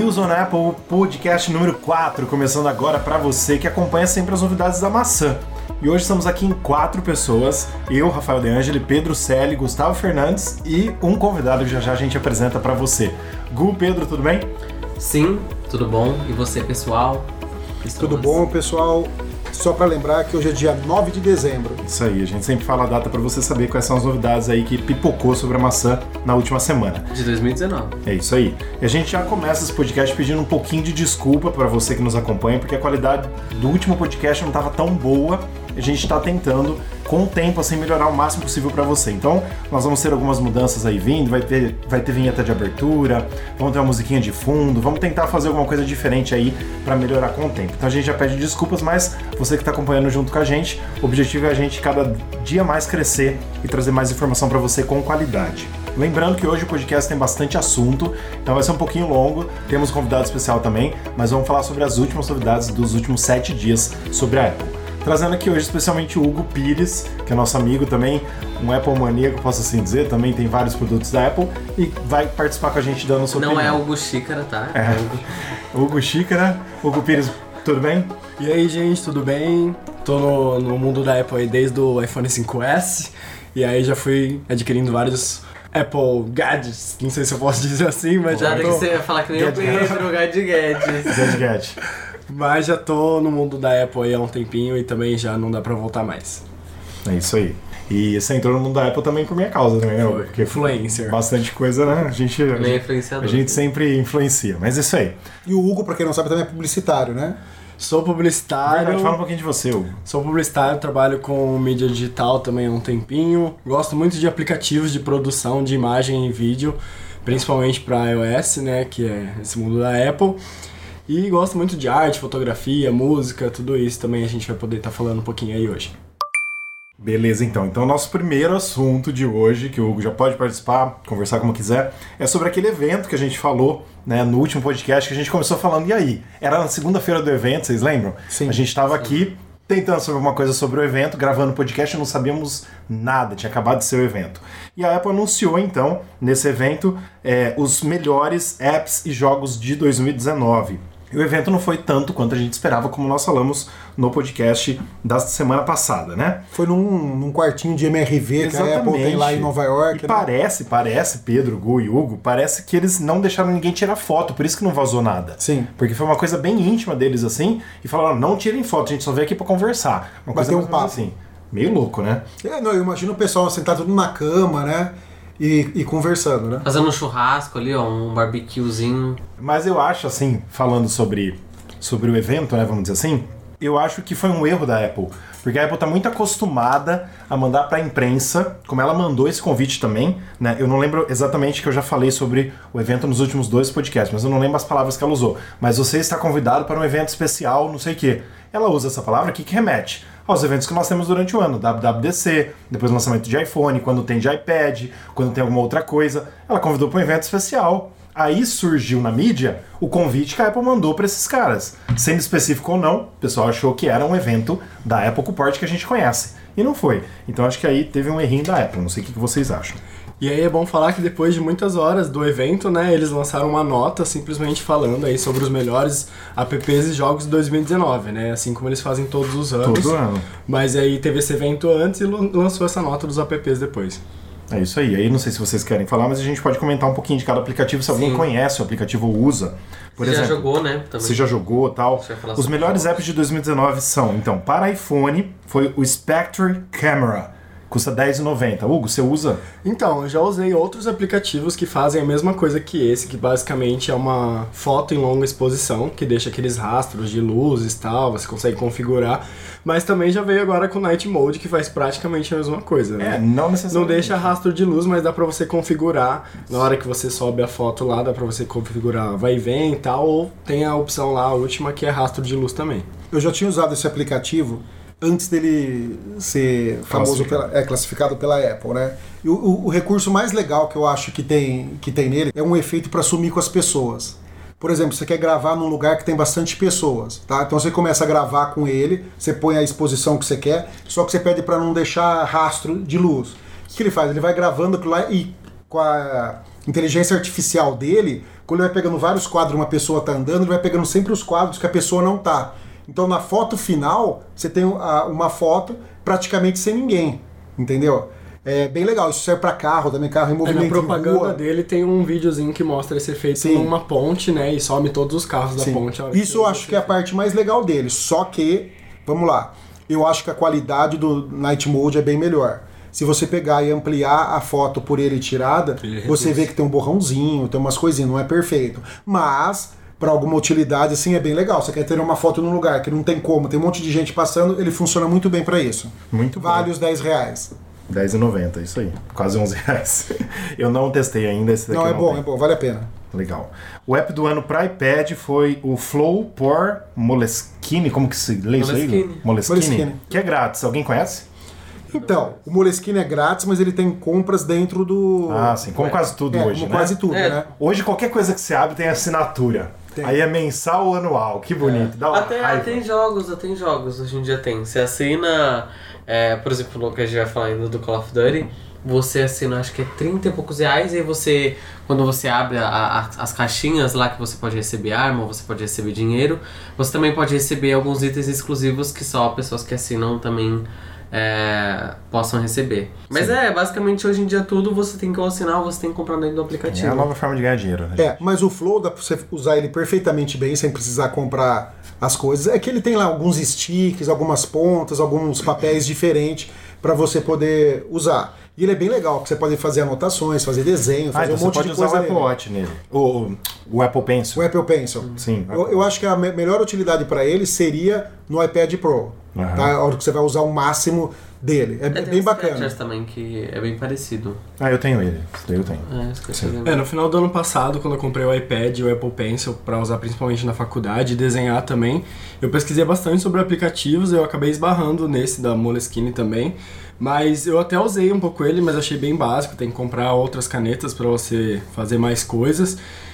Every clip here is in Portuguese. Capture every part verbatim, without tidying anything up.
News on Apple, podcast número quatro, começando agora para você que acompanha sempre as novidades da maçã. E hoje estamos aqui em quatro pessoas, eu, Rafael De Angeli, Pedro Celi, Gustavo Fernandes e um convidado que já já a gente apresenta para você. Gu, Pedro, tudo bem? Sim, tudo bom. E você, pessoal? Estamos... Tudo bom, pessoal? Só para lembrar que hoje é dia nove de dezembro. Isso aí, a gente sempre fala a data para você saber quais são as novidades aí que pipocou sobre a maçã na última semana. De dois mil e dezenove. É isso aí. E a gente já começa esse podcast pedindo um pouquinho de desculpa para você que nos acompanha, porque a qualidade do último podcast não estava tão boa. A gente está tentando, com o tempo, assim, melhorar o máximo possível para você. Então, nós vamos ter algumas mudanças aí vindo, vai ter, vai ter vinheta de abertura, vamos ter uma musiquinha de fundo, vamos tentar fazer alguma coisa diferente aí para melhorar com o tempo. Então a gente já pede desculpas, mas você que está acompanhando junto com a gente, o objetivo é a gente cada dia mais crescer e trazer mais informação para você com qualidade. Lembrando que hoje o podcast tem bastante assunto, então vai ser um pouquinho longo, temos um convidado especial também, mas vamos falar sobre as últimas novidades dos últimos sete dias sobre a Apple. Trazendo aqui hoje especialmente o Hugo Pires, que é nosso amigo também, um Apple maníaco, posso assim dizer, também tem vários produtos da Apple e vai participar com a gente dando a sua Não opinião. Não é Hugo Xícara, tá? É, Hugo, Hugo Xícara. Hugo Pires, tudo bem? E aí, gente, tudo bem? Tô no, no mundo da Apple aí desde o iPhone cinco S e aí já fui adquirindo vários Apple Gadgets, não sei se eu posso dizer assim, mas já... Já tô... que você ia falar que nem o Pedro, Gadgets. Gadget. Mas já tô no mundo da Apple aí há um tempinho e também já não dá pra voltar mais. É isso aí. E você entrou no mundo da Apple também por minha causa, também, né? Foi. Porque influencer. Bastante coisa, né? A gente, Nem influenciador. A gente sempre influencia, mas é isso aí. E o Hugo, pra quem não sabe, também é publicitário, né? Sou publicitário. Verdade, fala um pouquinho de você, Hugo. Sou publicitário, trabalho com mídia digital também há um tempinho. Gosto muito de aplicativos de produção de imagem e vídeo, principalmente para iOS, né? Que é esse mundo da Apple. E gosto muito de arte, fotografia, música, tudo isso também a gente vai poder estar tá falando um pouquinho aí hoje. Beleza, então. Então, nosso primeiro assunto de hoje, que o Hugo já pode participar, conversar como quiser, é sobre aquele evento que a gente falou, né, no último podcast, que a gente começou falando, e aí? Era na segunda-feira do evento, vocês lembram? Sim. A gente estava aqui tentando saber alguma coisa sobre o evento, gravando o podcast e não sabíamos nada, tinha acabado de ser o evento. E a Apple anunciou, então, nesse evento, é, os melhores apps e jogos de dois mil e dezenove. E o evento não foi tanto quanto a gente esperava, como nós falamos no podcast da semana passada, né? Foi num, num quartinho de M R V que a Apple tem lá em Nova York. E né? parece, parece, Pedro, Gu e Hugo, parece que eles não deixaram ninguém tirar foto, por isso que não vazou nada. Sim. Porque foi uma coisa bem íntima deles, assim, e falaram, não tirem foto, a gente só veio aqui pra conversar. Uma coisa Bater um papo. assim, meio louco, né? É, não, eu imagino o pessoal sentado tudo na cama, né? E, e conversando, né? Fazendo um churrasco ali, ó, um barbecuezinho. Mas eu acho, assim, falando sobre, sobre o evento, né, vamos dizer assim, eu acho que foi um erro da Apple. Porque a Apple está muito acostumada a mandar para a imprensa, como ela mandou esse convite também, né? Eu não lembro exatamente que eu já falei sobre o evento nos últimos dois podcasts, mas eu não lembro as palavras que ela usou. Mas você está convidado para um evento especial, não sei o quê. Ela usa essa palavra aqui que remete aos eventos que nós temos durante o ano, W W D C, depois o lançamento de iPhone, quando tem de iPad, quando tem alguma outra coisa. Ela convidou para um evento especial. Aí surgiu na mídia o convite que a Apple mandou para esses caras. Sendo específico ou não, o pessoal achou que era um evento da Apple com o porte que a gente conhece. E não foi. Então acho que aí teve um errinho da Apple. Não sei o que vocês acham. E aí é bom falar que depois de muitas horas do evento, né, eles lançaram uma nota simplesmente falando aí sobre os melhores apps e jogos de dois mil e dezenove, né, assim como eles fazem todos os anos. Todo ano. Mas aí teve esse evento antes e lançou essa nota dos apps depois. É isso aí. Aí não sei se vocês querem falar, mas a gente pode comentar um pouquinho de cada aplicativo, se alguém Sim. conhece o aplicativo ou usa. Por Você exemplo, já jogou, né? Também. Você já jogou e tal. Os melhores apps de dois mil e dezenove são, então, para iPhone, foi o Spectre Camera. Custa dez reais e noventa centavos. Hugo, você usa? Então, eu já usei outros aplicativos que fazem a mesma coisa que esse, que basicamente é uma foto em longa exposição, que deixa aqueles rastros de luzes e tal, você consegue configurar, mas também já veio agora com Night Mode, que faz praticamente a mesma coisa, né? É, não necessariamente. Não deixa rastro de luz, mas dá pra você configurar, na hora que você sobe a foto lá, dá pra você configurar vai e vem e tal, ou tem a opção lá, a última, que é rastro de luz também. Eu já tinha usado esse aplicativo antes dele ser famoso, pela, é, classificado pela Apple, né? E o, o, o recurso mais legal que eu acho que tem, que tem nele é um efeito para sumir com as pessoas. Por exemplo, você quer gravar num lugar que tem bastante pessoas, tá? Então você começa a gravar com ele, você põe a exposição que você quer, só que você pede para não deixar rastro de luz. O que ele faz? Ele vai gravando aquilo lá e com a inteligência artificial dele quando ele vai pegando vários quadros, uma pessoa tá andando, ele vai pegando sempre os quadros que a pessoa não tá. Então na foto final, você tem uma foto praticamente sem ninguém, entendeu? É bem legal, isso serve pra carro, também carro em movimento. É, na propaganda rua. dele tem um videozinho que mostra esse efeito Sim. numa ponte, né? E some todos os carros da Sim. ponte. Isso eu acho que é a parte mais legal dele. Só que, vamos lá, eu acho que a qualidade do Night Mode é bem melhor. Se você pegar e ampliar a foto por ele tirada, Ele você reduz. vê que tem um borrãozinho, tem umas coisinhas, não é perfeito. Mas, para alguma utilidade, assim, é bem legal. Você quer ter uma foto num lugar que não tem como, tem um monte de gente passando, ele funciona muito bem para isso. Muito bom. Vale os dez reais. dez reais e noventa centavos, isso aí. Quase onze reais. Eu não testei ainda esse daqui. Não, eu é bom, tenho. é bom, vale a pena. Legal. O app do ano para iPad foi o Flow por Moleskine, como que se lê isso aí? Moleskine. Moleskine. Moleskine. Que é grátis. Alguém conhece? Então, o Moleskine é grátis, mas ele tem compras dentro do... Ah, sim. Como quase tudo é, hoje, como né? quase tudo, É. né? Hoje qualquer coisa que você abre tem assinatura. Tem. Aí é mensal ou anual. Que bonito. Dá uma Até, raiva. até em jogos, até em jogos hoje em dia tem. Você assina, é, por exemplo, o que a gente vai falar ainda do Call of Duty, você assina acho que é trinta e poucos reais, e aí você, quando você abre a, a, as caixinhas lá que você pode receber arma, ou você pode receber dinheiro, você também pode receber alguns itens exclusivos que só pessoas que assinam também é, possam receber. Mas Sim. é, basicamente hoje em dia tudo você tem que assinar, você tem que comprar dentro do É aplicativo. a nova forma de ganhar dinheiro, né? É, mas o Flow dá pra você usar ele perfeitamente bem, sem precisar comprar as coisas. É que ele tem lá alguns sticks, algumas pontas, alguns papéis diferentes para você poder usar. E ele é bem legal, que você pode fazer anotações, fazer desenho, Ah, fazer então um você monte pode de usar coisa o Apple nele. Watch nele. O, o Apple Pencil. O Apple Pencil. Sim. Eu, eu acho que a me- melhor utilidade para ele seria no iPad Pro. Aham. Tá? A hora que você vai usar o máximo dele. É, É, é tem bem os bacana. Skechers também, que é bem parecido. Ah, eu tenho ele. Esse daí eu tenho. É, esqueci. É, no final do ano passado, quando eu comprei o iPad e o Apple Pencil para usar principalmente na faculdade e desenhar também, eu pesquisei bastante sobre aplicativos, eu acabei esbarrando nesse da Moleskine também, mas eu até usei um pouco ele, mas achei bem básico, tem que comprar outras canetas para você fazer mais coisas.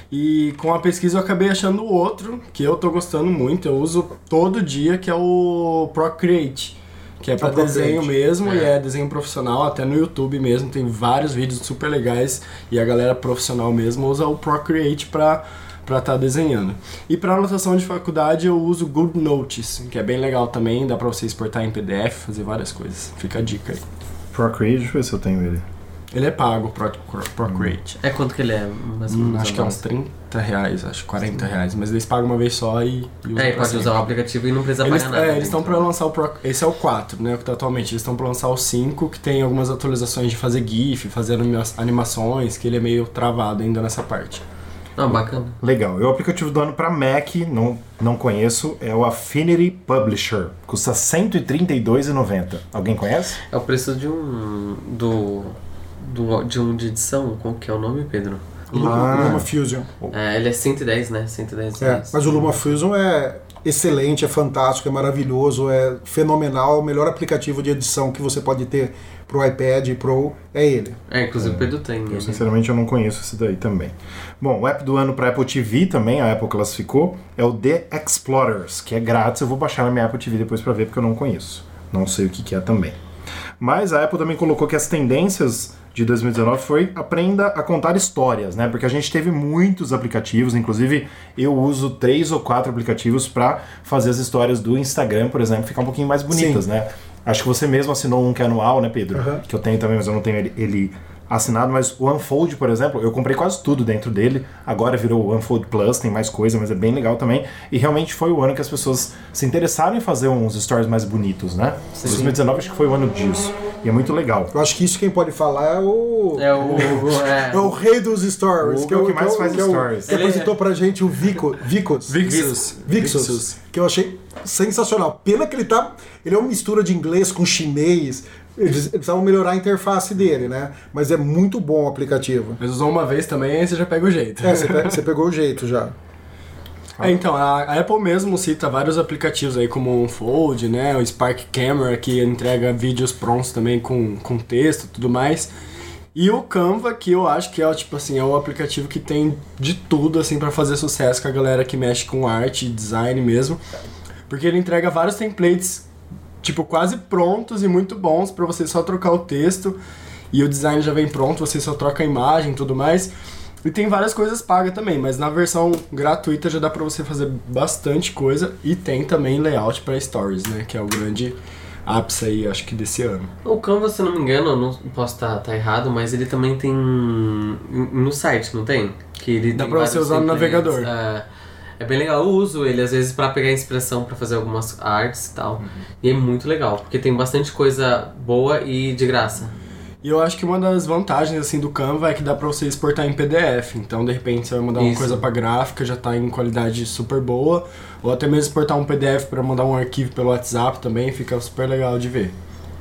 E com a pesquisa eu acabei achando outro, que eu tô gostando muito, eu uso todo dia, que é o Procreate. Que é pra É o Procreate. desenho mesmo, É. e é desenho profissional, até no YouTube mesmo, tem vários vídeos super legais, e a galera profissional mesmo usa o Procreate pra pra estar desenhando. E pra anotação de faculdade eu uso o Good Notes, que é bem legal também, dá pra você exportar em P D F, fazer várias coisas. Fica a dica aí. Procreate, deixa eu ver se eu tenho ele. Ele é pago, o Pro, Procreate. É quanto que ele é? Mais ou Hum, menos acho a que é uns base? trinta reais, acho quarenta reais, mas eles pagam uma vez só e, e usam É, e pra pode sempre. usar o aplicativo e não precisa Eles, pagar nada. é, eles estão dentro. pra lançar o Pro, esse é o quatro, né, que tá atualmente. Eles estão pra lançar o cinco, que tem algumas atualizações de fazer GIF, fazer anima- animações, que ele é meio travado ainda nessa parte. Não, bacana. Legal. E o aplicativo do ano para Mac, não, não conheço, é o Affinity Publisher. Custa cento e trinta e dois reais e noventa centavos. Alguém conhece? É o preço de um. do. do de um de edição. Qual que é o nome, Pedro? O Luma, Ah. o Luma Fusion. É, ele é cento e dez, né? cento e dez É, reais. mas o Luma Fusion é excelente, é fantástico, é maravilhoso, é fenomenal. O melhor aplicativo de edição que você pode ter pro iPad Pro é ele. É, inclusive o Pedro tem. Eu, ele. sinceramente, eu não conheço esse daí também. Bom, o app do ano para Apple T V também, a Apple classificou, é o The Explorers, que é grátis. Eu vou baixar na minha Apple T V depois para ver, porque eu não conheço. Não sei o que, que é também. Mas a Apple também colocou que as tendências de dois mil e dezenove foi aprenda a contar histórias, né? Porque a gente teve muitos aplicativos, inclusive eu uso três ou quatro aplicativos para fazer as histórias do Instagram, por exemplo, ficar um pouquinho mais bonitas, Sim. né? Acho que você mesmo assinou um que é anual, né, Pedro? Uhum. Que eu tenho também, mas eu não tenho ele, ele assinado. Mas o Unfold, por exemplo, eu comprei quase tudo dentro dele. Agora virou o Unfold Plus, tem mais coisa, mas é bem legal também. E realmente foi o ano que as pessoas se interessaram em fazer uns stories mais bonitos, né? Sim. dois mil e dezenove acho que foi o ano disso. E é muito legal. Eu acho que isso quem pode falar é o. É o. É, É o rei dos stories. O que é o que mais faz que é o- stories. Que apresentou pra gente o Vico, Vicos. Vixus. Vixus. Que eu achei sensacional. Pena que ele tá. Ele é uma mistura de inglês com chinês. Eles, eles precisavam melhorar a interface dele, né? Mas é muito bom o aplicativo. Mas usou uma vez também, aí você já pega o jeito. É, você, pe- você pegou o jeito já. É, então, a, a Apple mesmo cita vários aplicativos aí, como o Fold, né, o Spark Camera, que entrega vídeos prontos também com, com texto e tudo mais. E o Canva, que eu acho que é, tipo assim, é o aplicativo que tem de tudo, assim, pra fazer sucesso com a galera que mexe com arte e design mesmo. Porque ele entrega vários templates, tipo, quase prontos e muito bons pra você só trocar o texto. E o design já vem pronto, você só troca a imagem e tudo mais. E tem várias coisas pagas também, mas na versão gratuita já dá pra você fazer bastante coisa. E tem também layout pra Stories, né? Que é o grande ápice aí, acho que desse ano. O Canva, se eu não me engano, eu não posso estar tá, tá errado, mas ele também tem no site, não tem? Que ele dá tem pra você usar no navegador. É, é bem legal, eu uso ele às vezes pra pegar inspiração pra fazer algumas artes e tal. Uhum. E é muito legal, porque tem bastante coisa boa e de graça. E eu acho que uma das vantagens assim do Canva é que dá pra você exportar em P D F. Então, de repente, você vai mandar Isso. uma coisa pra gráfica, já tá em qualidade super boa. Ou até mesmo exportar um P D F pra mandar um arquivo pelo WhatsApp também, fica super legal de ver.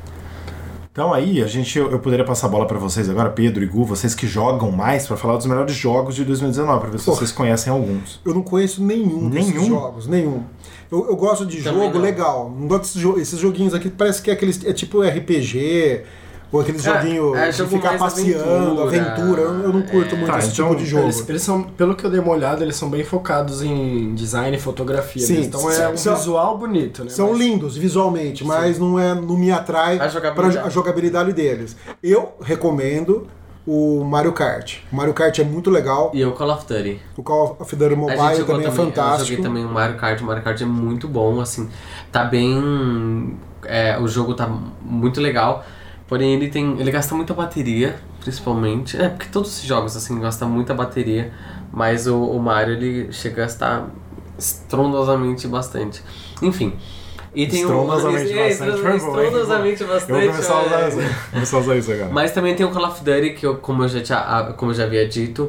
Então aí, a gente, eu, eu poderia passar a bola pra vocês agora, Pedro e Gu, vocês que jogam mais, pra falar dos melhores jogos de dois mil e dezenove, pra ver se Pô, vocês conhecem alguns. Eu não conheço nenhum, nenhum? desses jogos, nenhum. Eu, eu gosto de Também jogo não. legal. Não gosto desses, jo- esses joguinhos aqui, parece que é, aqueles, é tipo R P G... Ou aqueles é, joguinhos é, de ficar passeando, aventura. aventura. Eu, eu não curto é. muito tá, esse então, tipo de jogo. Eles, eles são, pelo que eu dei uma olhada, eles são bem focados em design e fotografia. Sim, então é um são, visual bonito, né? São mas... lindos visualmente, Sim. mas não, é, não me atrai para a jogabilidade deles. Eu recomendo o Mario Kart. O Mario Kart é muito legal. E o Call of Duty. O Call of Duty Mobile também, também é fantástico. Eu joguei também o Mario Kart. O Mario Kart é muito bom, assim. Tá bem... É, o jogo tá muito legal. Porém, ele tem, ele gasta muita bateria, principalmente. É, porque todos os jogos, assim, gastam muita bateria. Mas o, o Mario, ele chega a gastar estrondosamente bastante. Enfim. E tem estrondosamente um, bastante, foi bom. Estrondosamente bastante. Eu vou começar a usar isso, começar a usar isso agora. Mas também tem o Call of Duty, que eu, como, eu já tinha, como eu já havia dito,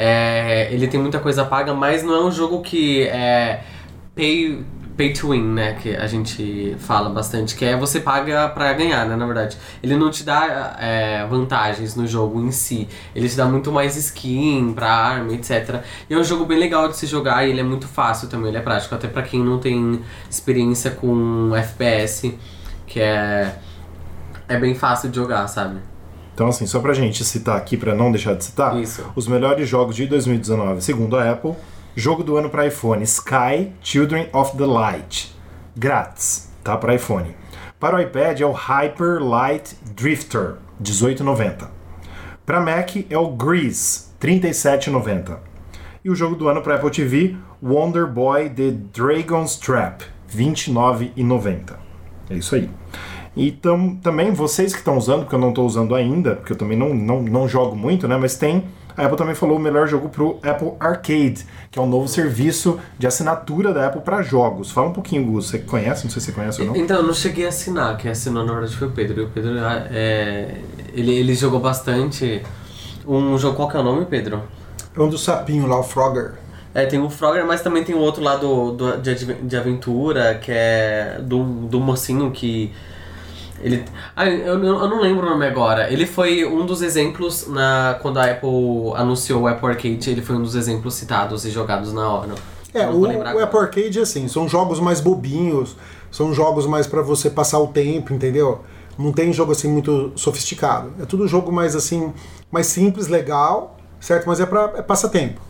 é, ele tem muita coisa paga, mas não é um jogo que é pay... pay to win, né, que a gente fala bastante, que é você paga pra ganhar, né, na verdade. Ele não te dá é, vantagens no jogo em si, ele te dá muito mais skin pra arma, etcétera. E é um jogo bem legal de se jogar e ele é muito fácil também, ele é prático, até pra quem não tem experiência com F P S, que é, é bem fácil de jogar, sabe? Então, assim, só pra gente citar aqui, pra não deixar de citar, Isso. os melhores jogos de dois mil e dezenove, segundo a Apple. Jogo do ano para iPhone, Sky Children of the Light, grátis, tá, para iPhone. Para o iPad é o Hyper Light Drifter, dezoito reais e noventa centavos. Para Mac é o Grease, trinta e sete reais e noventa centavos. E o jogo do ano para Apple T V, Wonder Boy The Dragon's Trap, vinte e nove reais e noventa centavos. É isso aí. E tam, também vocês que estão usando, porque eu não estou usando ainda, porque eu também não, não, não jogo muito, né, mas tem... A Apple também falou o melhor jogo pro Apple Arcade, que é um novo serviço de assinatura da Apple para jogos. Fala um pouquinho, Gus. Você conhece? Não sei se você conhece ou não. Então, eu não cheguei a assinar. Quem assinou, na verdade, foi o Pedro. E o Pedro, é, ele, ele jogou bastante... Um jogo, qual que é o nome, Pedro? É um do sapinho lá, o Frogger. É, tem o Frogger, mas também tem o outro lá do, do, de, de aventura, que é do, do mocinho que... Ele, ah, eu, eu não lembro o nome agora. Ele foi um dos exemplos na, quando a Apple anunciou o Apple Arcade. Ele foi um dos exemplos citados e jogados na hora. É, o, o Apple Arcade, assim, são jogos mais bobinhos, são jogos mais pra você passar o tempo, entendeu? Não tem jogo assim muito sofisticado. É tudo jogo mais assim, mais simples, legal, certo? Mas é pra é passatempo.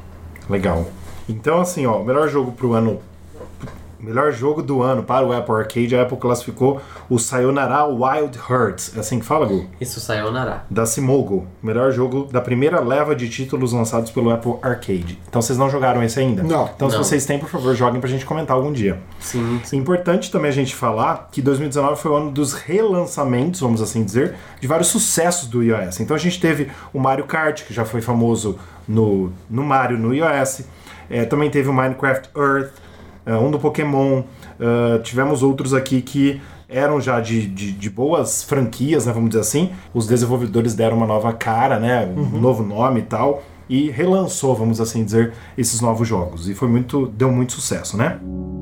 Legal. Então, assim, ó, o melhor jogo pro ano. Melhor jogo do ano para o Apple Arcade, a Apple classificou o Sayonara Wild Hearts. É assim que fala, Gu? Isso, Sayonara. Da Simogo. Melhor jogo da primeira leva de títulos lançados pelo Apple Arcade. Então vocês não jogaram esse ainda? Não. Então não. Se vocês têm, por favor, joguem pra gente comentar algum dia. Sim, sim. Importante também a gente falar que dois mil e dezenove foi o ano dos relançamentos, vamos assim dizer, de vários sucessos do iOS. Então a gente teve o Mario Kart, que já foi famoso no, no Mario, no iOS. É, também teve o Minecraft Earth, Uh, um do Pokémon, uh, tivemos outros aqui que eram já de, de, de boas franquias, né, vamos dizer assim. Os desenvolvedores deram uma nova cara, né, um uhum. novo nome e tal, e relançou, vamos assim dizer, esses novos jogos. E foi muito, deu muito sucesso, né?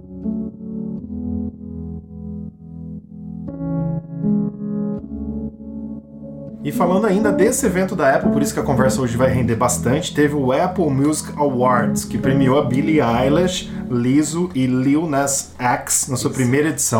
E falando ainda desse evento da Apple, por isso que a conversa hoje vai render bastante, teve o Apple Music Awards, que premiou a Billie Eilish, Lizzo e Lil Nas X na sua primeira edição.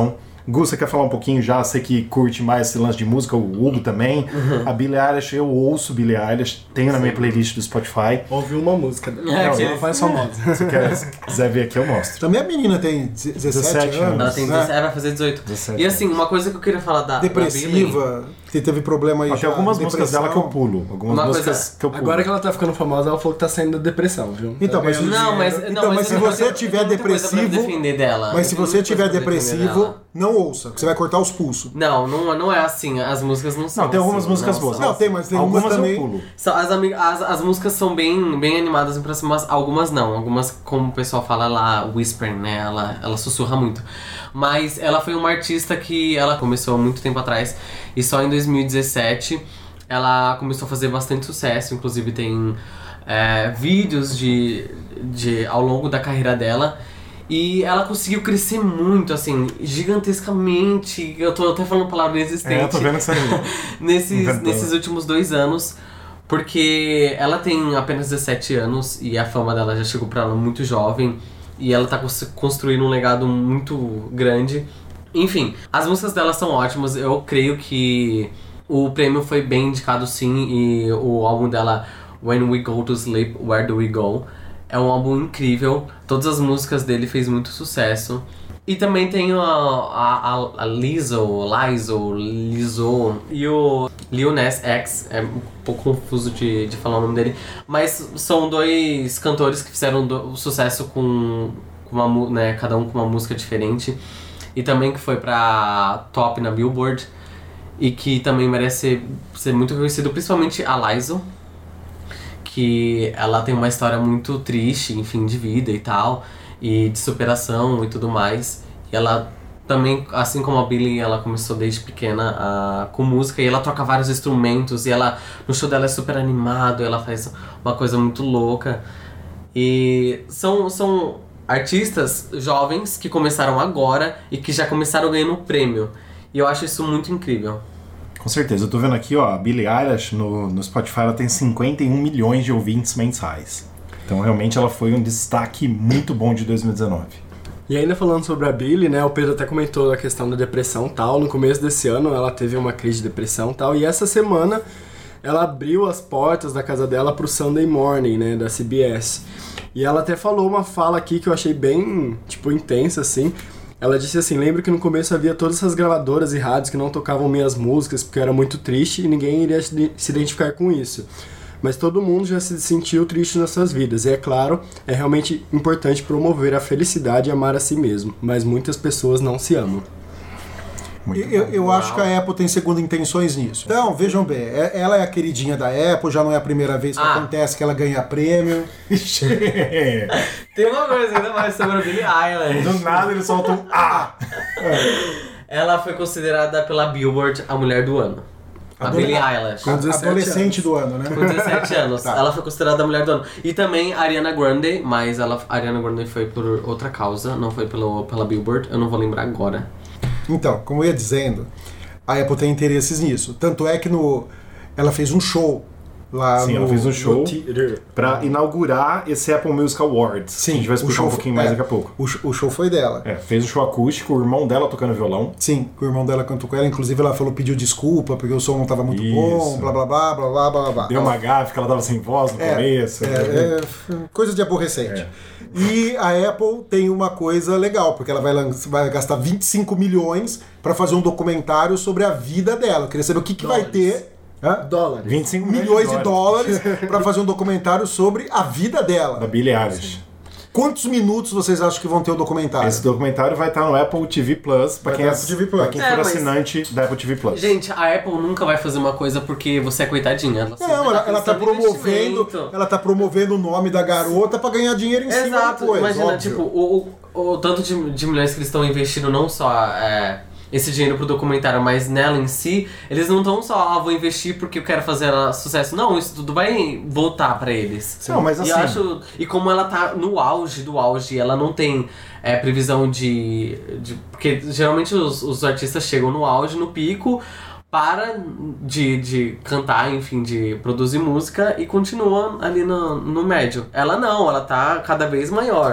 Gu, você quer falar um pouquinho já? Você que curte mais esse lance de música, o Hugo também. Uhum. A Billie Eilish, eu ouço Billie Eilish, tenho na minha playlist do Spotify. Ouvi uma música. Não, É, não, que- ela faz famosa. Se quer- se quiser ver aqui, eu mostro. Também a menina tem dezessete, dezessete anos. Ela tem né? dezessete, vai fazer dezoito. dezessete. E assim, uma coisa que eu queria falar da, da Billie... Depressiva, que teve problema aí Ó, já. tem algumas depressão. músicas dela que eu pulo. Algumas Uma músicas coisa- que eu pulo. Agora que ela tá ficando famosa, ela falou que tá saindo da depressão, viu? Então, Tá mas- ganhando Não, mas, Então, não, mas se eu você tenho tiver muita coisa pra me depressivo- defender dela. Mas se Eu tenho você muita tiver coisa pra defender depressivo, dela. não ouça, que você vai cortar os pulsos. Não, não, não é assim. As músicas não são Não, tem algumas assim, músicas não boas. são. Não, tem, mas tem algumas umas também. eu pulo. São- As, ami- as, as músicas são bem, bem animadas pra cima, mas algumas não. Algumas, como o pessoal fala lá, whispering, né? Ela, ela sussurra muito. Mas ela foi uma artista que ela começou há muito tempo atrás. E só em dois mil e dezessete ela começou a fazer bastante sucesso. Inclusive tem é, vídeos de, de, ao longo da carreira dela. E ela conseguiu crescer muito, assim, gigantescamente. Eu tô até falando palavra inexistente. É, eu tô vendo isso aí. nesses, Inventou. nesses últimos dois anos, porque ela tem apenas dezessete anos e a fama dela já chegou pra ela muito jovem e ela tá cons- construindo um legado muito grande. Enfim, as músicas dela são ótimas, eu creio que o prêmio foi bem indicado sim, e o álbum dela, When We Go to Sleep, Where Do We Go, é um álbum incrível, todas as músicas dele fez muito sucesso. E também tem a, a, a, a Lizzo, Lizzo, Lizzo e o Lil Nas X, é um pouco confuso de, de falar o nome dele, mas são dois cantores que fizeram do, sucesso com, com uma, mu- né, cada um com uma música diferente, e também que foi pra top na Billboard, e que também merece ser, ser muito reconhecido, principalmente a Lizzo, que ela tem uma história muito triste, enfim, de vida e tal, e de superação e tudo mais. E ela também, assim como a Billie, ela começou desde pequena a, com música, e ela toca vários instrumentos, e ela, no show dela é super animado, ela faz uma coisa muito louca. E são, são artistas jovens que começaram agora e que já começaram ganhando prêmio. E eu acho isso muito incrível. Com certeza. Eu tô vendo aqui, ó, a Billie Eilish no, no Spotify, ela tem cinquenta e um milhões de ouvintes mensais. Então, realmente, ela foi um destaque muito bom de dois mil e dezenove. E ainda falando sobre a Billie, né, o Pedro até comentou a questão da depressão e tal. No começo desse ano ela teve uma crise de depressão e tal, e essa semana ela abriu as portas da casa dela pro Sunday Morning, né, da C B S. E ela até falou uma fala aqui que eu achei bem, tipo, intensa, assim. Ela disse assim: lembro que no começo havia todas essas gravadoras e rádios que não tocavam minhas músicas porque eu era muito triste e ninguém iria se se identificar com isso. Mas todo mundo já se sentiu triste nas suas vidas. E é claro, é realmente importante promover a felicidade e amar a si mesmo. Mas muitas pessoas não se amam. Muito Eu, bom. eu acho que a Apple tem segunda intenções nisso. Então, vejam bem, é- ela é a queridinha da Apple, já não é a primeira vez que Ah. acontece que ela ganha prêmio. Tem uma coisa ainda mais sobre a Billie Eilish. Do nada eles soltam um ah! Ela foi considerada pela Billboard a mulher do ano. A Adole- Billie Eilish. Com dezessete Adolescente anos. do ano, né? Com dezessete anos. Tá. Ela foi considerada a mulher do ano. E também a Ariana Grande, mas ela, a Ariana Grande foi por outra causa, não foi pelo, pela Billboard, eu não vou lembrar agora. Então, como eu ia dizendo, a Apple tem interesses nisso. Tanto é que no, ela fez um show lá Sim, no... ela fez um show No theater. pra inaugurar esse Apple Music Awards. Sim, a gente vai o explicar show um pouquinho foi- mais é, daqui a pouco. O, sh- o show foi dela. É, fez um show acústico, o irmão dela tocando violão. Sim, o irmão dela cantou com ela. Inclusive, ela falou, pediu desculpa porque o som não estava muito Isso. bom, blá blá blá blá blá blá blá. Deu uma gafe que ela tava sem voz no É, começo. É, é, coisa de aborrecente. É. E a Apple tem uma coisa legal, porque ela vai, lan- vai gastar vinte e cinco milhões para fazer um documentário sobre a vida dela. Eu queria saber o que, que vai Dólares. ter. Hã? Dólares. vinte e cinco Milhões de dólares para fazer um documentário sobre a vida Da dela. Billie Eilish. Quantos minutos vocês acham que vão ter o documentário? Esse documentário vai estar no Apple T V Plus, pra Vai quem, estar é, no T V Plus. pra quem É, for mas- assinante da Apple T V Plus. Gente, a Apple nunca vai fazer uma coisa porque você é coitadinha. Ela sempre Não, ela, ela tá pensando em promovendo, investimento. ela tá promovendo o nome da garota para ganhar dinheiro em cima Exato, depois. imagina, óbvio. tipo, o, o, o tanto de, de milhões que eles estão investindo, não só é, esse dinheiro pro documentário, mas nela em si, eles não estão só, ah, vou investir porque eu quero fazer ela sucesso. Não, isso tudo vai voltar pra eles. Não, mas E assim- eu acho, e como ela tá no auge do auge, ela não tem é, previsão de, de. Porque geralmente os, os artistas chegam no auge, no pico, para de, de cantar, enfim, de produzir música e continua ali no, no médio. Ela não, ela tá cada vez maior.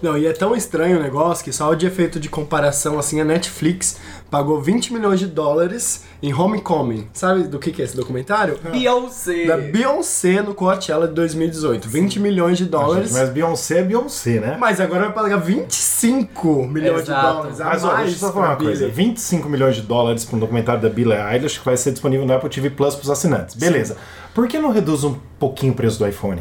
Não, e é tão estranho o negócio que só de efeito de comparação, assim, a Netflix pagou vinte milhões de dólares em Homecoming. Sabe do que, que é esse documentário? Beyoncé! Da Beyoncé no Coachella de dois mil e dezoito. vinte milhões de dólares. Gente, mas Beyoncé é Beyoncé, né? Mas agora vai pagar vinte e cinco milhões Exato. de dólares a Mas ó, mais. deixa eu só falar uma pra coisa. Billie. vinte e cinco milhões de dólares para um documentário da Billie Eilish que vai ser disponível no Apple T V Plus para os assinantes. Beleza. Por que não reduz um pouquinho o preço do iPhone?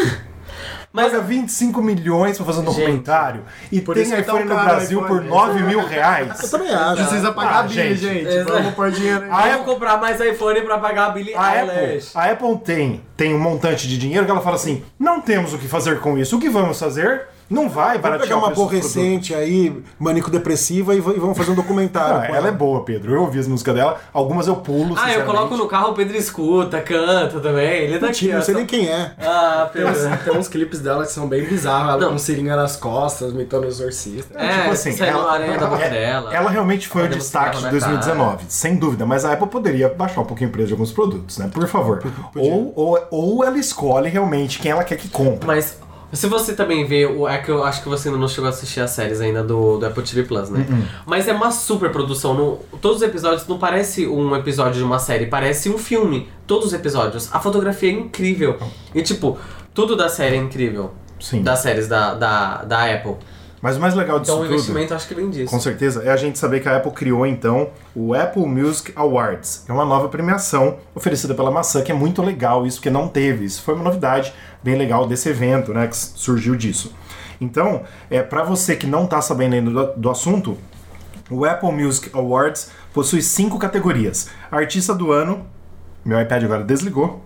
Mas Paga vinte e cinco milhões pra fazer um Gente, documentário e por tem isso que é iPhone tão no caro Brasil o por iPhone. nove mil reais. Eu também acho. Precisa pagar Ah, a Billie, gente. gente. Exato. Vamos pôr dinheiro aí. A Vamos Apple- comprar mais iPhone pra pagar a Billie A Apple, Eilish. a Apple tem, tem um montante de dinheiro que ela fala assim, não temos o que fazer com isso. O que vamos fazer? Não vai Vamos baratear pegar o uma preço do produto. aborrecente aí, manico-depressiva, e v- e vamos fazer um documentário. Ah, com ela é boa, Pedro. Eu ouvi as músicas dela. Algumas eu pulo, Ah, eu sinceramente. coloco no carro, o Pedro escuta, canta também. Ele tá aqui. Mentira, ó, não sei só- nem quem é. Ah, Tem uns, Pedro. tem uns clipes dela que são bem bizarros. Ela Não. com seringa nas costas, imitando o exorcista. É, tipo assim, saindo ela- aranha da boca É, dela. Ela realmente foi o Ela deu um destaque de cigarro na dois mil e dezenove, sem dúvida, mas a Apple poderia baixar um pouquinho o preço de alguns produtos, né? Por favor. Ou, ou, ou ela escolhe realmente quem ela quer que compre. Mas se você também vê, o- é que eu acho que você ainda não chegou a assistir as séries ainda do, do Apple T V Plus, né? Uhum. Mas é uma super produção. Não, todos os episódios não parece um episódio de uma série, parece um filme. Todos os episódios. A fotografia é incrível. E tipo, tudo da série é incrível. Sim. Das séries da, da, da Apple. Mas o mais legal disso Então o tudo, investimento acho que vem disso. com certeza, é a gente saber que a Apple criou, então, o Apple Music Awards. É uma nova premiação oferecida pela maçã, que é muito legal isso, porque não teve. Isso foi uma novidade bem legal desse evento, né, que surgiu disso. Então, é, para você que não está sabendo ainda do, do assunto, o Apple Music Awards possui cinco categorias. Artista do ano, meu iPad agora desligou.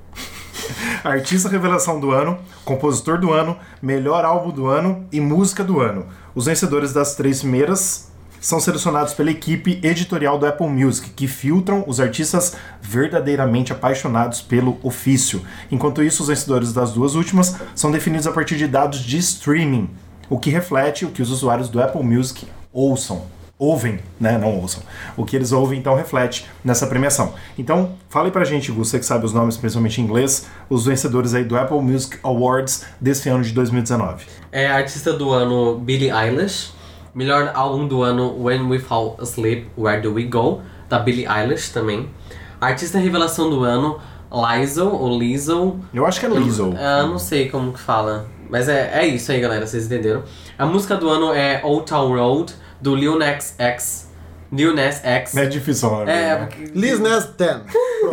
Artista Revelação do Ano, Compositor do Ano, Melhor Álbum do Ano e Música do Ano. Os vencedores das três primeiras são selecionados pela equipe editorial do Apple Music, que filtram os artistas verdadeiramente apaixonados pelo ofício. Enquanto isso, os vencedores das duas últimas são definidos a partir de dados de streaming, o que reflete o que os usuários do Apple Music ouçam. Ouvem, né? Não ouçam. O que eles ouvem, então, reflete nessa premiação. Então, fale pra gente, você que sabe os nomes, principalmente em inglês, os vencedores aí do Apple Music Awards desse ano de dois mil e dezenove. É artista do ano Billie Eilish. Melhor álbum do ano When We Fall Asleep, Where Do We Go, da Billie Eilish também. Artista revelação do ano Lizzo, ou Lizzo. Eu acho que é Lizzo. É, eu não sei como que fala. Mas é, é isso aí, galera, vocês entenderam. A música do ano é Old Town Road, do Lil Nas X. Lil Nas X. É difícil falar. É, né? porque... Liz Nas dez.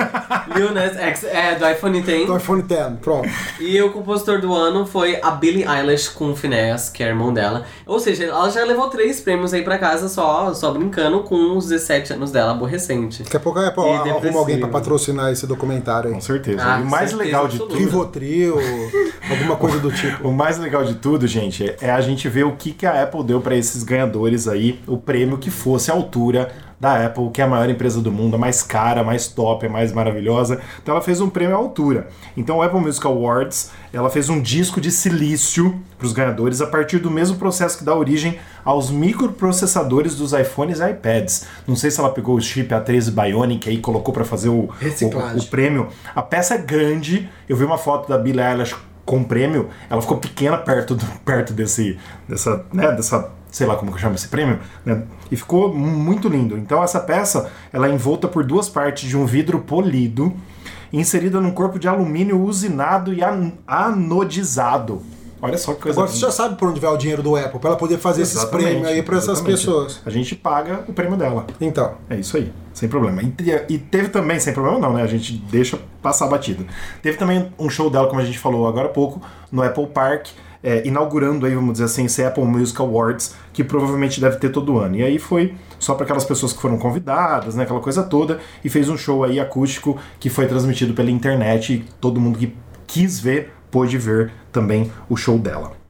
Lil Nas X é do iPhone dez. Do iPhone dez, pronto. E o compositor do ano foi a Billie Eilish com o Finneas, que é irmão dela. Ou seja, ela já levou três prêmios aí pra casa só, só brincando com os dezessete anos dela, aborrecente. Daqui a pouco a Apple E arruma depressivo. alguém pra patrocinar esse documentário aí. Com certeza. Ah, e o mais certeza legal de absoluta. tudo... Rivotril, alguma coisa do tipo. O mais legal de tudo, gente, é a gente ver o que, que a Apple deu pra esses ganhadores aí, o prêmio que fosse à altura da Apple, que é a maior empresa do mundo, a mais cara, a mais top, a mais maravilhosa. Então ela fez um prêmio à altura. Então o Apple Music Awards, ela fez um disco de silício para os ganhadores a partir do mesmo processo que dá origem aos microprocessadores dos iPhones e iPads. Não sei se ela pegou o chip A treze Bionic e colocou para fazer o, Reciclagem. o, o prêmio. A peça é grande. Eu vi uma foto da Billie Eilish com o prêmio, ela ficou pequena perto, do, perto desse, dessa, né, dessa, sei lá como que eu chamo esse prêmio, né, e ficou muito lindo. Então essa peça, ela é envolta por duas partes de um vidro polido, inserida num corpo de alumínio usinado e an- anodizado. Olha só que coisa Agora você já sabe por onde vai o dinheiro do Apple, pra ela poder fazer esses Exatamente, prêmios aí pra essas exatamente. pessoas. A gente paga o prêmio dela. Então, É isso aí, sem problema. E, te- e teve também, sem problema não, né? A gente deixa passar batido. Teve também um show dela, como a gente falou agora há pouco, no Apple Park, é, inaugurando aí, vamos dizer assim, esse Apple Music Awards, que provavelmente deve ter todo ano. E aí foi só para aquelas pessoas que foram convidadas, né? Aquela coisa toda, e fez um show aí acústico que foi transmitido pela internet e todo mundo que quis ver, pôde ver também o show dela.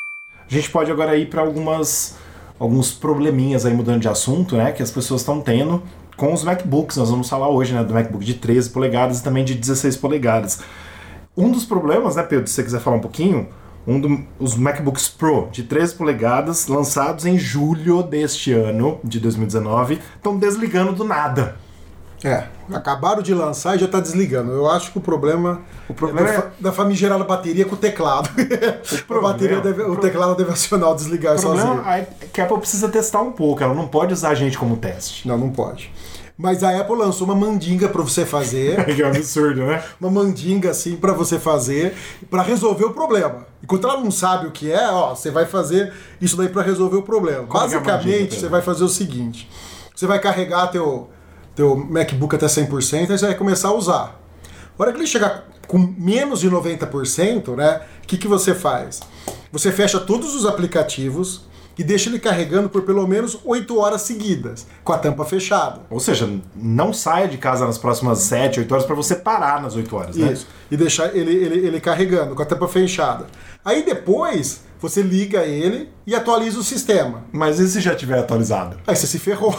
A gente pode agora ir para algumas alguns probleminhas aí, mudando de assunto, né, que as pessoas estão tendo com os MacBooks. Nós vamos falar hoje, né, do MacBook de treze polegadas e também de dezesseis polegadas. Um dos problemas, né, Pedro, se você quiser falar um pouquinho, um dos MacBooks Pro de treze polegadas, lançados em julho deste ano, de dois mil e dezenove, estão desligando do nada. É, acabaram de lançar e já tá desligando. Eu acho que o problema, O problema é da, é- fa- da famigerada bateria com o teclado. a bateria deve- o teclado deve acionar o desligar O problema sozinho. é que a Apple precisa testar um pouco, ela não pode usar a gente como teste. Não, não pode. Mas a Apple lançou uma mandinga pra você fazer, Que absurdo, né? uma mandinga assim pra você fazer, pra resolver o problema. Enquanto ela não sabe o que é, ó, você vai fazer isso daí pra resolver o problema. Como que é a mandinga, Basicamente, Pedro? você vai fazer o seguinte: você vai carregar teu teu MacBook até cem por cento, aí você vai começar a usar. A hora que ele chegar com menos de noventa por cento, né, o que, que você faz? Você fecha todos os aplicativos e deixa ele carregando por pelo menos oito horas seguidas, com a tampa fechada. Ou seja, não saia de casa nas próximas sete, oito horas pra você parar nas oito horas, né? Isso. E deixar ele, ele, ele carregando, com a tampa fechada. Aí depois, você liga ele e atualiza o sistema. Mas e se já tiver atualizado? Aí você se ferrou.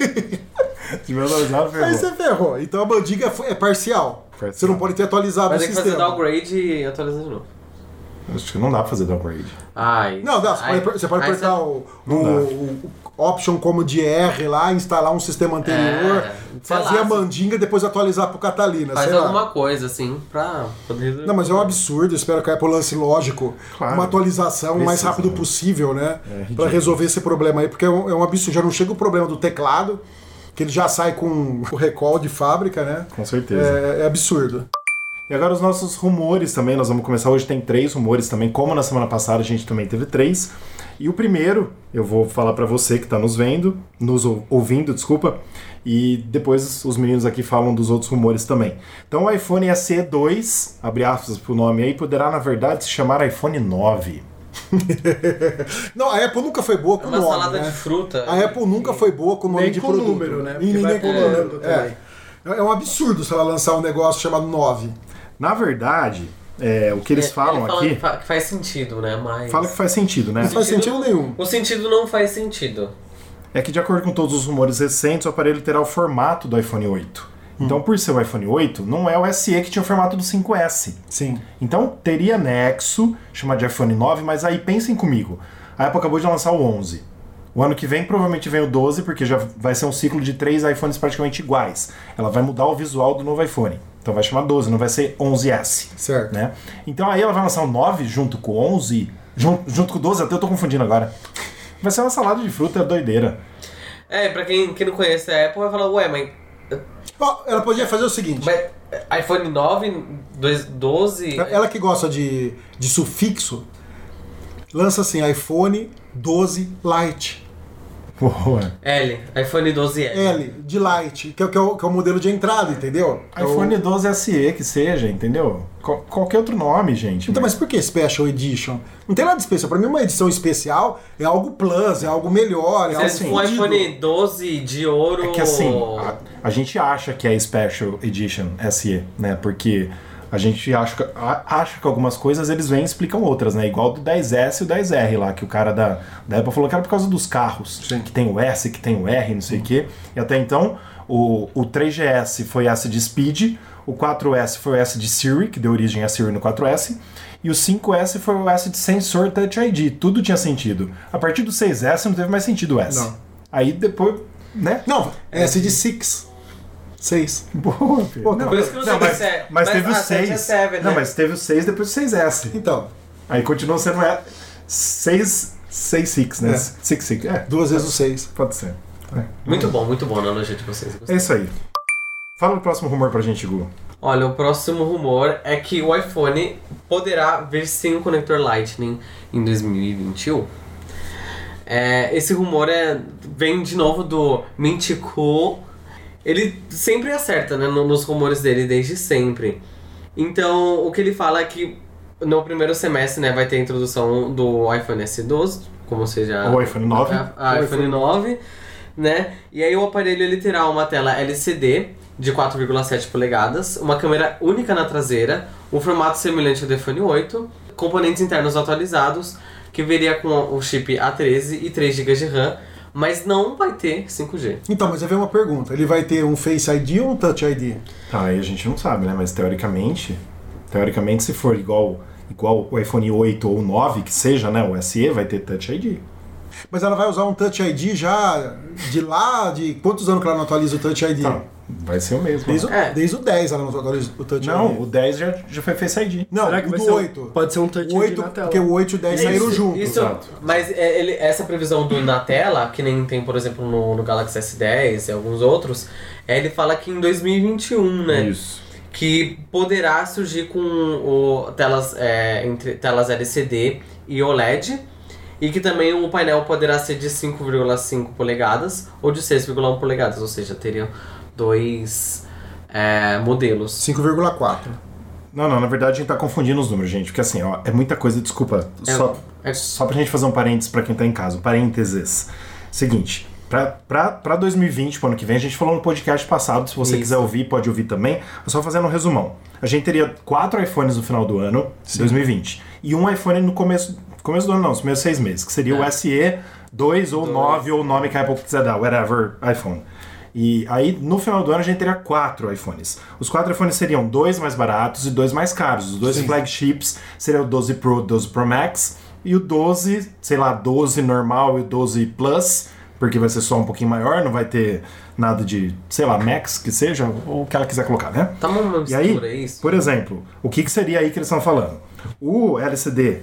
Se tiver atualizado, ferrou. Aí você ferrou. Então a mandinga é parcial. Parcial. Você não pode ter atualizado Vai o ter que fazer sistema. downgrade e atualizar de novo. Acho que não dá pra fazer downgrade. Ai. Não, dá, você ai, pode, você pode ai, apertar você- o, Não o, dá. o Option Command R lá, instalar um sistema anterior, É, sei fazer lá, a mandinga e depois atualizar pro Catalina. Faz sei lá. alguma coisa, assim, pra poder... Não, mas é um absurdo. Eu espero que a Apple lance, lógico, Claro. uma atualização o mais Precisa, rápido né? possível, né? É ridículo. Pra resolver esse problema aí, porque é um, é um absurdo. Já não chega o problema do teclado, que ele já sai com o recall de fábrica, né? Com certeza. É, é absurdo. E agora os nossos rumores também, nós vamos começar hoje, tem três rumores também, como na semana passada a gente também teve três. E o primeiro, eu vou falar pra você que tá nos vendo, nos ou- ouvindo, desculpa, e depois os meninos aqui falam dos outros rumores também. Então o iPhone S E dois, abre aspas pro nome aí, poderá na verdade se chamar iPhone nove. Não, a Apple nunca foi boa É com uma nome, salada né? de fruta. A Apple nunca foi boa com nome Nem de com produto. número, né? E Porque nem vai com pulando número. também. É. É um absurdo se ela lançar um negócio chamado nove. Na verdade, é, o que eles Ele falam fala aqui, que fa- que faz sentido, né? Mas... fala que faz sentido, né? Não faz sentido nenhum. O sentido não faz sentido. É que de acordo com todos os rumores recentes, o aparelho terá o formato do iPhone oito. Então, por ser o iPhone oito, não é o S E que tinha o formato do cinco S. Sim. Então, teria nexo, chamado de iPhone nove, mas aí pensem comigo. A Apple acabou de lançar o onze. O ano que vem provavelmente vem o doze, porque já vai ser um ciclo de três iPhones praticamente iguais. Ela vai mudar o visual do novo iPhone. Então vai chamar doze, não vai ser onze S. Certo. Né? Então aí ela vai lançar o nove junto com o onze, junto, junto com o doze, até eu tô confundindo agora. Vai ser uma salada de fruta doideira. É, pra quem, quem não conhece a Apple vai falar, ué, mas, Ó, ela podia fazer o seguinte. mas iPhone nove, doze... Ela que gosta de, de sufixo, lança assim, iPhone doze Lite. Boa. L, iPhone doze L. L, de Lite, que é, o- que, é o, que é o modelo de entrada, entendeu? É o- iPhone doze S E que seja, entendeu? Qual- qualquer outro nome, gente. Então, mas por que Special Edition? Não tem nada de especial. Pra mim, uma edição especial é algo plus, é algo melhor, é Se algo esse for fudido. iPhone doze de ouro... É que assim, a, a gente acha que é Special Edition S E, né? Porque a gente acha que, a- acha que algumas coisas eles vêm e explicam outras, né? Igual do dez S e o dez R lá, que o cara da, da Apple falou que era por causa dos carros. Sim. Que tem o S, que tem o R, não sei o quê. E até então, o, o três G S foi S de Speed, o quatro S foi o S de Siri, que deu origem a Siri no quatro S, e o cinco S foi o S de Sensor Touch I D. Tudo tinha sentido. A partir do seis S não teve mais sentido o S. Não. Aí depois, né? Não, S de Six. seis. Boa, Pedro. Pô, Não, Por isso que não não, teve mas, se- mas mas teve o a sete é seis. sete, Não, né? mas teve o seis depois do seis S. Então, Aí continuou sendo é, seis, seis, seis, né? É. seis, seis. É, duas vezes o seis. pode ser. É. Muito bom, muito bom na analogia de vocês. É isso aí. Fala o próximo rumor pra gente, Gu. Olha, o próximo rumor é que o iPhone poderá vir sem o conector Lightning em dois mil e vinte e um. É, esse rumor é, vem de novo do Mintico. Ele sempre acerta, né, no- nos rumores dele desde sempre. Então, o que ele fala é que no primeiro semestre, né, vai ter a introdução do iPhone S doze, como você já... O iPhone nove. A, a iPhone nove, né? E aí o aparelho ele terá uma tela L C D de quatro vírgula sete polegadas, uma câmera única na traseira, um formato semelhante ao do iPhone oito, componentes internos atualizados, que viria com o chip A treze e três gigas de RAM, mas não vai ter cinco G. Então, mas aí vem uma pergunta. Ele vai ter um Face I D ou um Touch I D? Tá, aí a gente não sabe, né? Mas teoricamente, teoricamente se for igual, igual o iPhone oito ou o nove, que seja, né? O S E vai ter Touch I D. Mas ela vai usar um Touch I D já de lá, de quantos anos que ela não atualiza o Touch I D? Tá. Vai ser o mesmo. Desde, o, É. desde o dez ela não atualiza o Touch Não, I D. o dez já, já foi Face I D. Não, Será que o vai do ser um- oito. pode ser um Touch O I D oito, na tela. porque o oito e o dez saíram juntos. Isso, Exato. mas é, ele, essa previsão do na tela, que nem tem, por exemplo, no, no Galaxy S dez e alguns outros, é, ele fala que em dois mil e vinte e um, né? Isso. Que poderá surgir com o, telas, é, entre telas L C D e O L E D, e que também o painel poderá ser de cinco vírgula cinco polegadas ou de seis vírgula um polegadas, ou seja, teriam dois é, modelos. cinco vírgula quatro. Não, não, na verdade a gente tá confundindo os números, gente, porque assim, ó, é muita coisa, desculpa, É, só, é- só pra gente fazer um parênteses pra quem tá em casa, um parênteses. Seguinte, pra, pra, pra dois mil e vinte, pro ano que vem, a gente falou no podcast passado, se você Isso. quiser ouvir, pode ouvir também, eu só fazendo um resumão. A gente teria quatro iPhones no final do ano, dois mil e vinte, e um iPhone no começo, começo do ano não, nos primeiros seis meses, que seria É. o S E dois ou Dois. nove, ou o nome que a Apple quiser dar, whatever, iPhone. E aí, no final do ano, a gente teria quatro iPhones. Os quatro iPhones seriam dois mais baratos e dois mais caros. Os dois Sim. flagships seriam o doze Pro e o doze Pro Max. E o doze, sei lá, doze normal e o doze Plus, porque vai ser só um pouquinho maior, não vai ter nada de, sei lá, Max, que seja, ou o que ela quiser colocar, né? Tá uma E aí, mistura, é isso? por exemplo, o que, que seria aí que eles estão falando? O L C D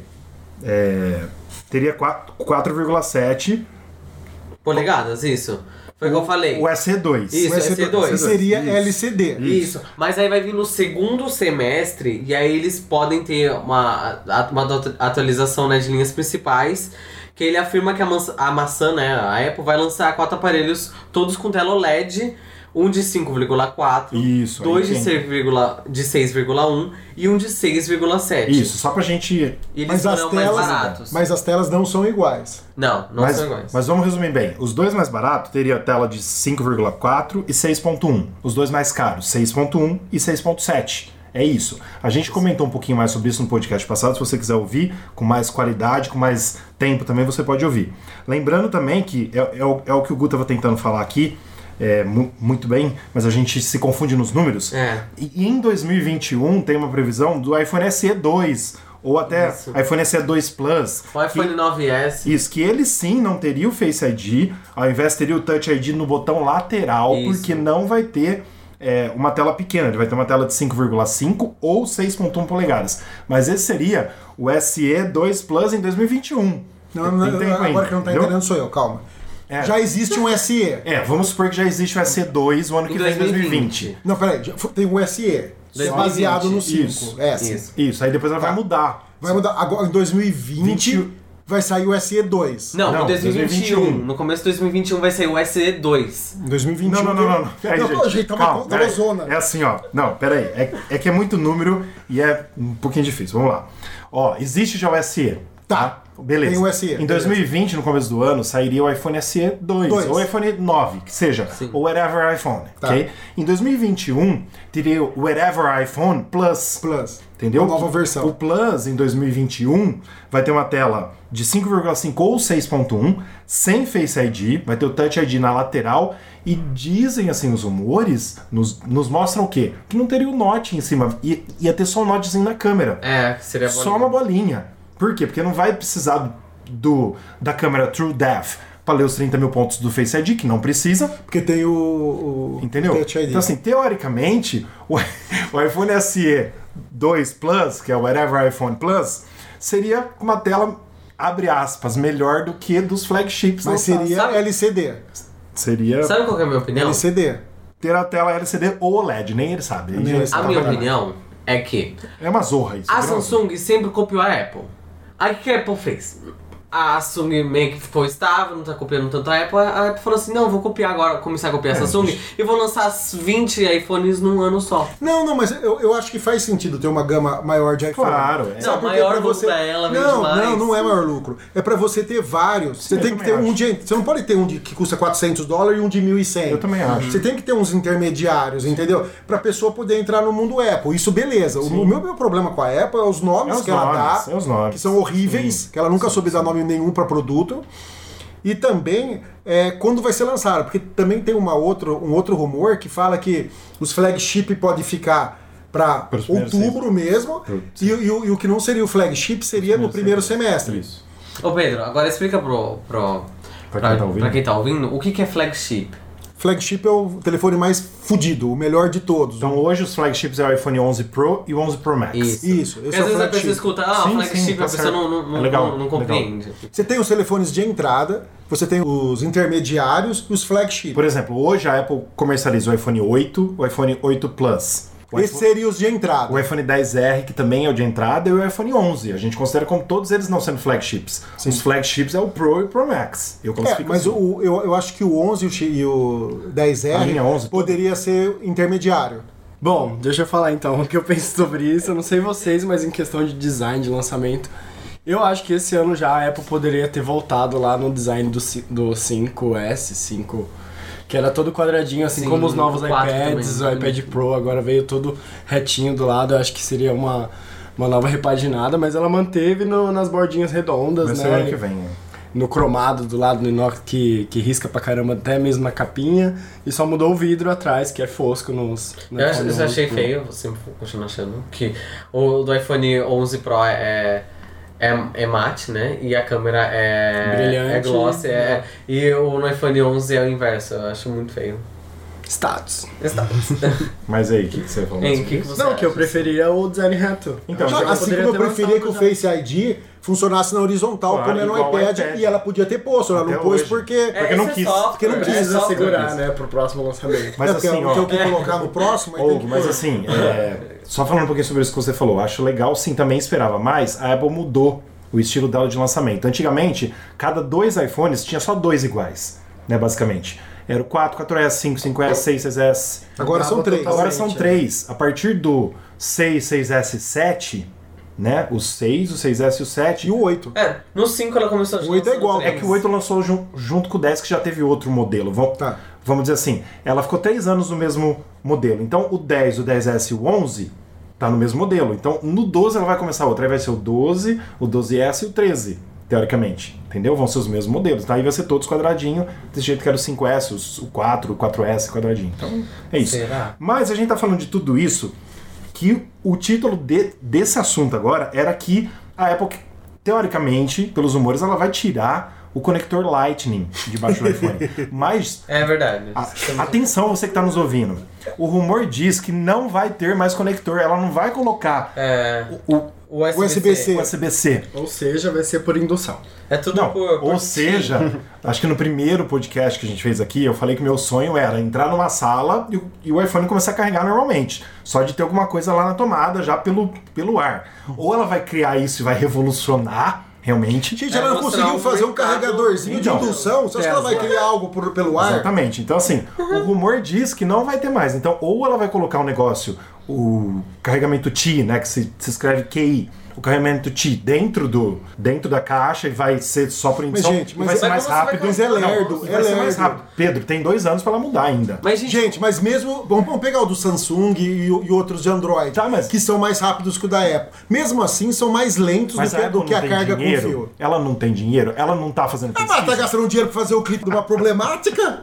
é, teria quatro vírgula sete, Polegadas, isso. Foi o que eu falei. o S E dois. Isso, O S E dois. seria Isso. L C D. Isso, mas aí vai vir no segundo semestre e aí eles podem ter uma, uma atualização, né, de linhas principais, que ele afirma que a maçã, a maçã, né, a Apple vai lançar quatro aparelhos todos com tela O L E D, um de cinco vírgula quatro, Isso, aí dois de tem. seis vírgula- de seis vírgula um e um de seis vírgula sete. Isso, só pra gente. E eles Mas as serão mais telas, baratos. mas as telas não são iguais. Não, não Mas, são iguais. mas vamos resumir bem. Os dois mais baratos teriam tela de cinco vírgula quatro e seis ponto um. Os dois mais caros, seis ponto um e seis ponto sete. É isso. A gente comentou um pouquinho mais sobre isso no podcast passado. Se você quiser ouvir com mais qualidade, com mais tempo também, você pode ouvir. Lembrando também que é, é, o, é o que o Gu estava tentando falar aqui, é, mu- muito bem, mas a gente se confunde nos números. É. E, e em dois mil e vinte e um tem uma previsão do iPhone S E dois, ou até Isso. iPhone S E dois Plus. O iPhone que- nove S. Isso, que ele sim não teria o Face I D, ao invés teria o Touch I D no botão lateral, Isso. porque não vai ter é, uma tela pequena, ele vai ter uma tela de cinco vírgula cinco ou seis ponto um polegadas. Mas esse seria o S E dois Plus em dois mil e vinte e um. Não, não, Tem tempo agora ainda, que não tá entendeu? entendendo sou eu, calma. É. Já existe um S E. É, vamos supor que já existe o S E dois o ano que Em vem, em dois mil e dois mil e vinte. vinte. Não, peraí, já fo- tem um S E. É dois mil e baseado no vinte. Isso, cinco. S. isso. Isso, aí depois ela Tá. vai mudar. Vai mudar. Agora, em dois mil e vinte, vinte. vai sair o S E dois. Não, Não, em dois mil e vinte e um. dois mil e vinte e um. No começo de dois mil e vinte e um vai sair o S E dois. Em dois mil e vinte e um. Não, não, não, não. não. Peraí, Não, gente. gente, tá uma- Calma, tá uma peraí. zona. É assim, ó. Não, peraí. É, é que é muito número e é um pouquinho difícil. Vamos lá. Ó, existe já o S E. Tá. Beleza. Tem o S E, Em beleza. dois mil e vinte, no começo do ano, sairia o iPhone S E dois, Dois. ou o iPhone nove, que seja, Sim. ou whatever iPhone, Tá. ok? Em dois mil e vinte e um, teria o whatever iPhone Plus, Plus. entendeu? Uma nova versão. O Plus, em dois mil e vinte e um, vai ter uma tela de cinco vírgula cinco ou seis ponto um, sem Face I D, vai ter o Touch I D na lateral, e dizem, assim, os rumores, nos, nos mostram o quê? Que não teria o Note em cima, ia, ia ter só um Notezinho na câmera. É, seria Só uma bolinha. Por quê? Porque não vai precisar do, da câmera TrueDepth para ler os trinta mil pontos do Face I D, que não precisa, Porque tem o, o entendeu? Touch I D. Então, assim, teoricamente, o, o iPhone S E dois Plus, que é o Whatever iPhone Plus, seria uma tela, abre aspas, melhor do que dos flagships. Mas lançados. seria sabe? L C D. Seria Sabe qual que é a minha opinião? L C D. ter a tela L C D ou O L E D, nem ele sabe. Aí Nem já ele está A minha pra caralho. opinião é que É uma zorra isso. a viu? Samsung sempre copiou a Apple. Aí o que a Apple fez? A Samsung meio que ficou estável, não tá copiando tanto a Apple. A Apple falou assim, não, vou copiar agora, começar a copiar a É, Samsung gente. e vou lançar vinte iPhones num ano só. Não, não, mas eu, eu acho que faz sentido ter uma gama maior de iPhone. Claro, é. Sabe Não, por quê? maior Pra lucro você... pra ela, vende Não, mais. não, não é maior lucro. É pra você ter vários. Você Eu tem que ter também um acho. de... Você não pode ter um de, que custa quatrocentos dólares e um de mil e cem. Eu também acho. Você tem que ter uns intermediários, entendeu? Pra pessoa poder entrar no mundo Apple. Isso beleza. O meu, meu problema com a Apple é os nomes É os que ela nomes, dá, é os nomes. que são horríveis, Sim. que ela nunca Sim, soube dar sim. nome nenhum pra produto. E também é, quando vai ser lançado, porque também tem uma outro, um outro rumor que fala que os flagship pode ficar para Para os primeiros outubro mesmo, Pro- e, e o- e o que não seria o flagship seria no primeiro Primeiro semestre. Isso. Ô Pedro, agora explica pro, pro, Pra pra, quem tá ouvindo. pra quem tá ouvindo o que, que é flagship. Flagship é o telefone mais fudido, o melhor de todos. Então hoje os flagships é o iPhone onze Pro e o onze Pro Max. Isso. Isso, Porque esse às é o vezes a pessoa flagship. escuta, ah, Sim, flagship, sim, tá a pessoa certo. não, não, É legal, não, não compreende. Você tem os telefones de entrada, você tem os intermediários e os flagship. Por exemplo, hoje a Apple comercializa o iPhone oito, o iPhone oito Plus. O Esses iPhone, seriam os de entrada. o iPhone dez R, que também é o de entrada, e o iPhone onze. A gente considera como todos eles não sendo flagships. Sim. Os flagships é o Pro e o Pro Max. Eu É, classifico mas assim. o, eu, eu acho que o onze e o X- e o dez A R linha onze poderia ser intermediário. Bom, deixa eu falar então o que eu penso sobre isso. Eu não sei vocês, mas em questão de design, de lançamento, eu acho que esse ano já a Apple poderia ter voltado lá no design do, ci- do cinco S, cinco... Que era todo quadradinho, assim Sim, como os novos o quatro iPads, também. o iPad Pro, agora veio todo retinho do lado. Eu acho que seria uma, uma nova repaginada, mas ela manteve no- nas bordinhas redondas, Vai ser o ano né? que vem. é. No cromado do lado do inox que, que risca pra caramba até mesmo na capinha. E só mudou o vidro atrás, que é fosco nos... no Eu, ach- iPhone eu achei onze Pro. feio, eu sempre continuo achando que o do iPhone onze Pro é, é, é mate, né? E a câmera é, Brilhante. é gloss. É, e o no iPhone onze é o inverso, eu acho muito feio. Status. Está. Mas aí, o que, que você falou? Hein, o que, que você Não, que eu acha? preferia o design reto. Então, Acho já- que assim poderia como eu ter preferia que o lançado Face I D funcionasse na horizontal, Claro, como é no igual o iPad, iPad. e ela podia ter posto. Ela Até não pôs hoje. porque... É, porque não esse é quis, software, porque não é Precisa software. segurar, né, pro próximo lançamento. Mas é, porque assim, não ó, tem o que colocar no próximo, aí tem Hugo, que mas pôr. assim, é, só falando um pouquinho sobre isso que você falou, acho legal, sim, também esperava, mas a Apple mudou o estilo dela de lançamento. Antigamente, cada dois iPhones tinha só dois iguais, né, basicamente. Era o quatro, quatro S, cinco, cinco S, seis, seis S. Agora são três. Agora são Totalmente, três. A partir do seis, seis S, sete, né, o seis, o seis S e o sete... E o oito. É, no cinco ela começou a O oito é igual, É que o oito lançou jun- junto com o dez, que já teve outro modelo. Vamos, Tá. vamos dizer assim, ela ficou três anos no mesmo modelo. Então o dez, o dez S e o onze tá no mesmo modelo. Então no doze ela vai começar outra. Aí vai ser o doze, o doze S e o treze, teoricamente. Entendeu? Vão ser os mesmos modelos. Tá? Aí vai ser todos quadradinho, desse jeito que era o cinco S, os- o quatro, o quatro S quadradinho. Então é isso. Será? Mas a gente tá falando de tudo isso, que o título de- desse assunto agora era que a Apple, teoricamente, pelos rumores, ela vai tirar o conector Lightning debaixo do iPhone. Mas, É verdade. a- atenção você que está nos ouvindo, o rumor diz que não vai ter mais conector, ela não vai colocar É, o o U S B C. U S B C. U S B C. Ou seja, vai ser por indução. É tudo Não, por, por ou seja, acho que no primeiro podcast que a gente fez aqui, eu falei que meu sonho era entrar numa sala e o, e o iPhone começar a carregar normalmente. Só de ter alguma coisa lá na tomada, já pelo, pelo ar. Ou ela vai criar isso e vai revolucionar, realmente. Gente, É, ela não mostrar conseguiu um fazer um mercado- carregadorzinho Então, de indução. Você acha que ela vai criar algo por- pelo ar? Exatamente. Então, assim, o rumor diz que não vai ter mais. Então, ou ela vai colocar um negócio, o carregamento T I, né, que se, se escreve Q I, o carregamento T I dentro, do, dentro da caixa e vai ser só por indução. Mas, gente, e mas vai é- ser mais mas você vai rápido. Mas é Não, lerdo, e é vai ser mais lerdo. rápido. Pedro, tem dois anos pra ela mudar ainda. Mas, gente, Gente, mas mesmo. Vamos vamos pegar o do Samsung e, o- e outros de Android, Tá, mas- que são mais rápidos que o da Apple. Mesmo assim, são mais lentos Mas do que, a Apple do que não a tem carga com dinheiro. fio. Ela não tem dinheiro, ela não tá fazendo Ah, mas pesquisa. tá gastando dinheiro pra fazer o clipe de uma problemática?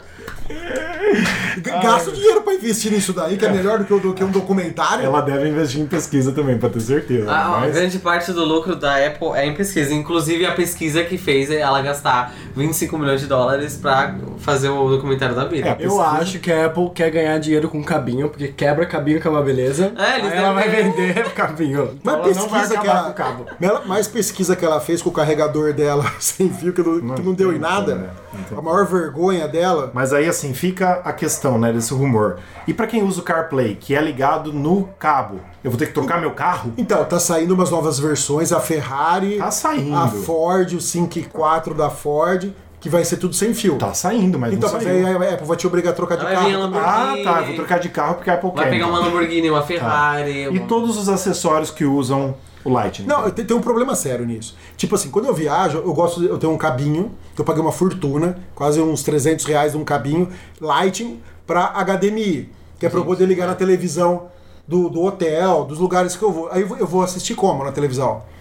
G- Gasta o dinheiro pra investir nisso daí, que é melhor do que, o- do que um documentário. Ela deve investir em pesquisa também, pra ter certeza. a, a mas... grande parte do lucro da Apple é em pesquisa. Inclusive, a pesquisa que fez ela gastar vinte e cinco milhões de dólares pra fazer o documentário da Bíblia. É, Eu pesquisa. acho que a Apple quer ganhar dinheiro com cabinho, porque quebra cabinho que é uma beleza. É, eles aí ela vai devem- vender cabinho. Então Mas ela não vai pesquisa que acabar ela, com o cabo. ela- mais pesquisa que ela fez com o carregador dela sem fio, que não, que não deu em nada. né? Não tem. A maior vergonha dela. Mas aí, assim, fica a questão, né, desse rumor. E pra quem usa o CarPlay, que é ligado no cabo, eu vou ter que trocar meu carro? Então, tá saindo umas novas versões, a Ferrari, Tá saindo. a Ford, o cinco e quatro da Ford, que vai ser tudo sem fio. Tá saindo, mas Então, não mas saiu. aí a Apple vai te obrigar a trocar de Vai carro. vir a Lamborghini. Ah, tá, eu vou trocar de carro porque a Apple Vai quer. pegar uma então. Lamborghini, uma Ferrari. E uma- todos os acessórios que usam o Lightning. Não, tem, tem um problema sério nisso. Tipo assim, quando eu viajo, eu gosto de, eu tenho um cabinho, que eu paguei uma fortuna, quase uns trezentos reais num cabinho, Lightning, pra H D M I, que é pra eu poder ligar na televisão do, do hotel, dos lugares que eu vou. Aí eu vou- eu vou assistir como na televisão?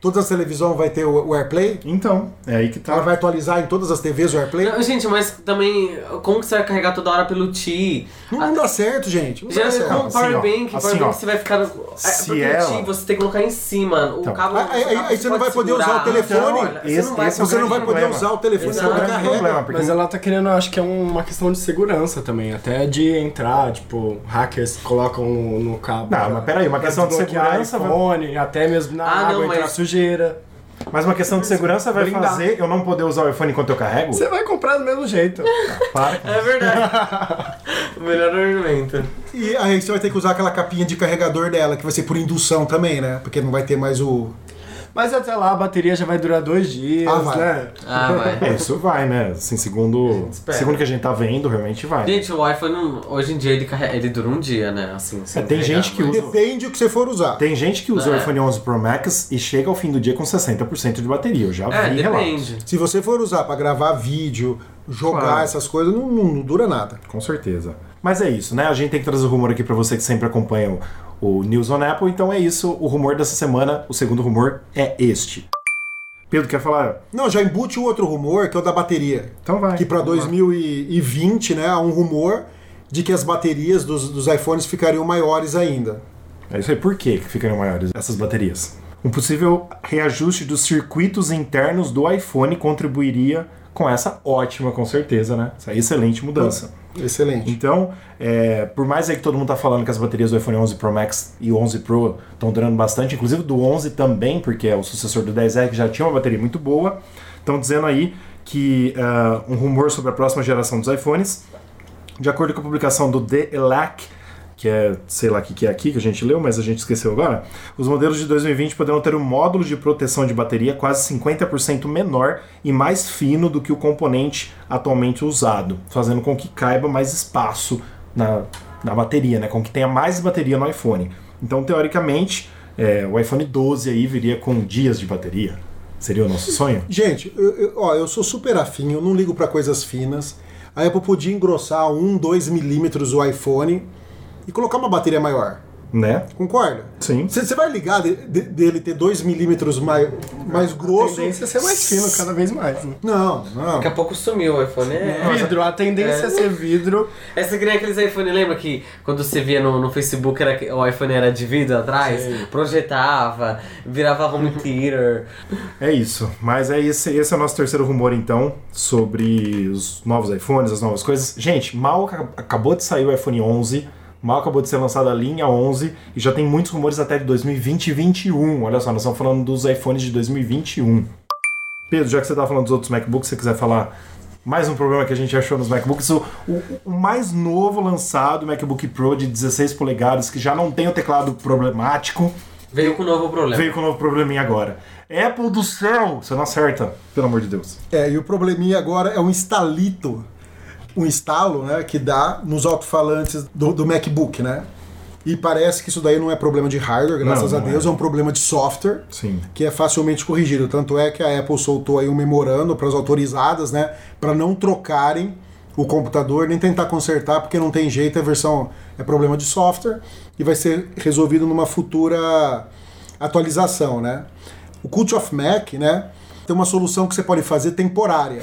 todas as televisões vai ter o, o AirPlay? Então, é aí que tá. Ela vai atualizar em todas as T Vs o AirPlay? Não, gente, mas também, como que você vai carregar toda hora pelo T? Não, não dá certo, gente. Não Já dá certo. com o Assim, Power ó, Bank, o assim, Power ó, Bank você vai ficar... No, se porque ela- o T você tem que colocar em cima, o Então, cabo... Aí, aí- aí você não vai poder usar o telefone. Então, olha, você Esse- não vai, esse é o Você não vai grande poder problema. usar o telefone Esse é quando o grande carrega. problema, porque Mas ela tá querendo, acho que é uma questão de segurança também, até de entrar, tipo, hackers colocam no, no cabo. Não, pra- mas peraí, uma pra questão de desbloquear segurança vai- iPhone, até mesmo na Ah, água, não, entrar mas- sujeira. Mas uma questão de segurança vai Blindar. fazer eu não poder usar o iPhone enquanto eu carrego? Você vai comprar do mesmo jeito. Para. É verdade. O melhor argumento. E aí você vai ter que usar aquela capinha de carregador dela, que vai ser por indução também, né? Porque não vai ter mais o... Mas até lá a bateria já vai durar dois dias, Ah, vai. né? Ah, vai. É, isso vai, né? Assim, segundo, espera. segundo o que a gente tá vendo, realmente vai. Gente, o iPhone, hoje em dia, ele, carrega, ele dura um dia, né? Assim, sem É, tem carregar, gente que mas- usa- Depende do que você for usar. Tem gente que usa o É. iPhone onze Pro Max e chega ao fim do dia com sessenta por cento de bateria. Eu já É, vi relatos. depende. Se você for usar pra gravar vídeo, jogar Claro. essas coisas, não, não- não dura nada. Com certeza. Mas é isso, né? A gente tem que trazer o rumor aqui pra você que sempre acompanha o, o News on Apple. Então é isso, o rumor dessa semana, o segundo rumor é este. Pedro, quer falar? Não, já embute o outro rumor, que é o da bateria. Então vai. Que para Vamos lá. dois mil e vinte, né, há um rumor de que as baterias dos, dos iPhones ficariam maiores ainda. É isso aí. Por que que ficariam maiores essas baterias? Um possível reajuste dos circuitos internos do iPhone contribuiria com essa ótima, com certeza, né? Essa excelente mudança. Excelente. Então, é, por mais aí que todo mundo tá falando que as baterias do iPhone onze Pro Max e onze Pro estão durando bastante, inclusive do onze também, porque é o sucessor do dez R que já tinha uma bateria muito boa, estão dizendo aí que uh, um rumor sobre a próxima geração dos iPhones, de acordo com a publicação do The Elac, que é, sei lá o que, que é aqui, que a gente leu, mas a gente esqueceu agora, os modelos de dois mil e vinte poderão ter um módulo de proteção de bateria quase cinquenta por cento menor e mais fino do que o componente atualmente usado, fazendo com que caiba mais espaço na, na bateria, né? Com que tenha mais bateria no iPhone. Então, teoricamente, é, o iPhone doze aí viria com dias de bateria. Seria o nosso sonho? Gente, eu, eu- ó, eu sou super afim, eu não ligo para coisas finas. A Apple podia engrossar um, dois milímetros o iPhone e colocar uma bateria maior. Né? Concorda? Sim. Você vai ligar de- de- dele ter dois milímetros mais, mais A grosso? tendência é ser mais fino cada vez mais, né? Não, não. Daqui a pouco sumiu o iPhone. É, Vidro, a tendência é, É. ser vidro. Essa que nem aqueles iPhone, lembra que quando você via no, no Facebook era, que o iPhone era de vidro atrás? Sim. Projetava, virava home theater. É isso, mas é esse, esse é o nosso terceiro rumor então, sobre os novos iPhones, as novas coisas. Gente, mal ac- acabou de sair o iPhone onze, mal acabou de ser lançada a linha onze, e já tem muitos rumores até de dois mil e vinte e vinte e um. Olha só, nós estamos falando dos iPhones de dois mil e vinte e um. Pedro, já que você está falando dos outros MacBooks, se você quiser falar mais um problema que a gente achou nos MacBooks, o, o, o mais novo lançado, o MacBook Pro de dezesseis polegadas, que já não tem o teclado problemático, Veio com um novo problema. veio com um novo probleminha agora. Apple do céu! Você não acerta, pelo amor de Deus. É, e o probleminha agora é um instalito, um instalo, né, que dá nos alto-falantes do, do MacBook, né? E parece que isso daí não é problema de hardware, graças Não, a não Deus, é. é. um problema de software, Sim. que é facilmente corrigido. Tanto é que a Apple soltou aí um memorando para as autorizadas, né, para não trocarem o computador, nem tentar consertar, porque não tem jeito, a versão é problema de software e vai ser resolvido numa futura atualização, né? O Cult of Mac, né, tem uma solução que você pode fazer temporária.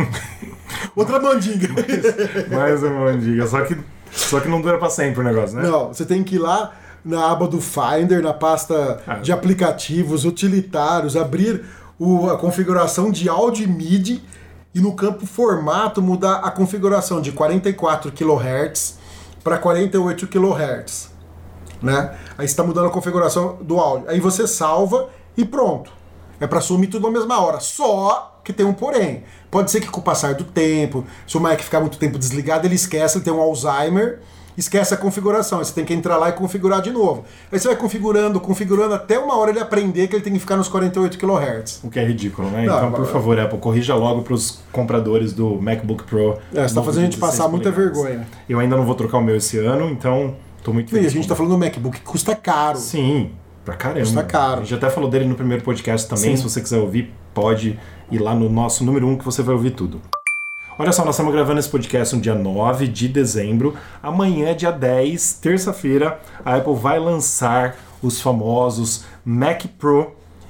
Outra mandinga. Mais uma mandiga, só que, só que não dura pra sempre o negócio, né? Não, você tem que ir lá na aba do Finder, na pasta Ah. de aplicativos utilitários, abrir o- a configuração de áudio e M I D I e no campo formato mudar a configuração de quarenta e quatro quilohertz para quarenta e oito quilohertz, né? Aí você está mudando a configuração do áudio. Aí você salva e pronto. É para sumir tudo na mesma hora. Só que tem um porém. Pode ser que com o passar do tempo, se o Mac ficar muito tempo desligado, ele esquece, ele tem um Alzheimer, esquece a configuração. Aí você tem que entrar lá e configurar de novo. Aí você vai configurando, configurando, até uma hora ele aprender que ele tem que ficar nos quarenta e oito quilohertz. O que é ridículo, né? Não, então, por mas- favor, Apple, corrija logo pros compradores do MacBook Pro. É, você tá novo fazendo a de gente passar dezesseis muita polegadas. vergonha. Eu ainda não vou trocar o meu esse ano, então tô muito E feliz. a gente com tá o- falando do MacBook que custa caro. Sim, pra caramba. Custa caro. A gente até falou dele no primeiro podcast também. Sim. Se você quiser ouvir, pode ir lá no nosso número um que você vai ouvir tudo. Olha só, nós estamos gravando esse podcast no dia nove de dezembro. Amanhã, dia dez, terça-feira, a Apple vai lançar os famosos Mac Pro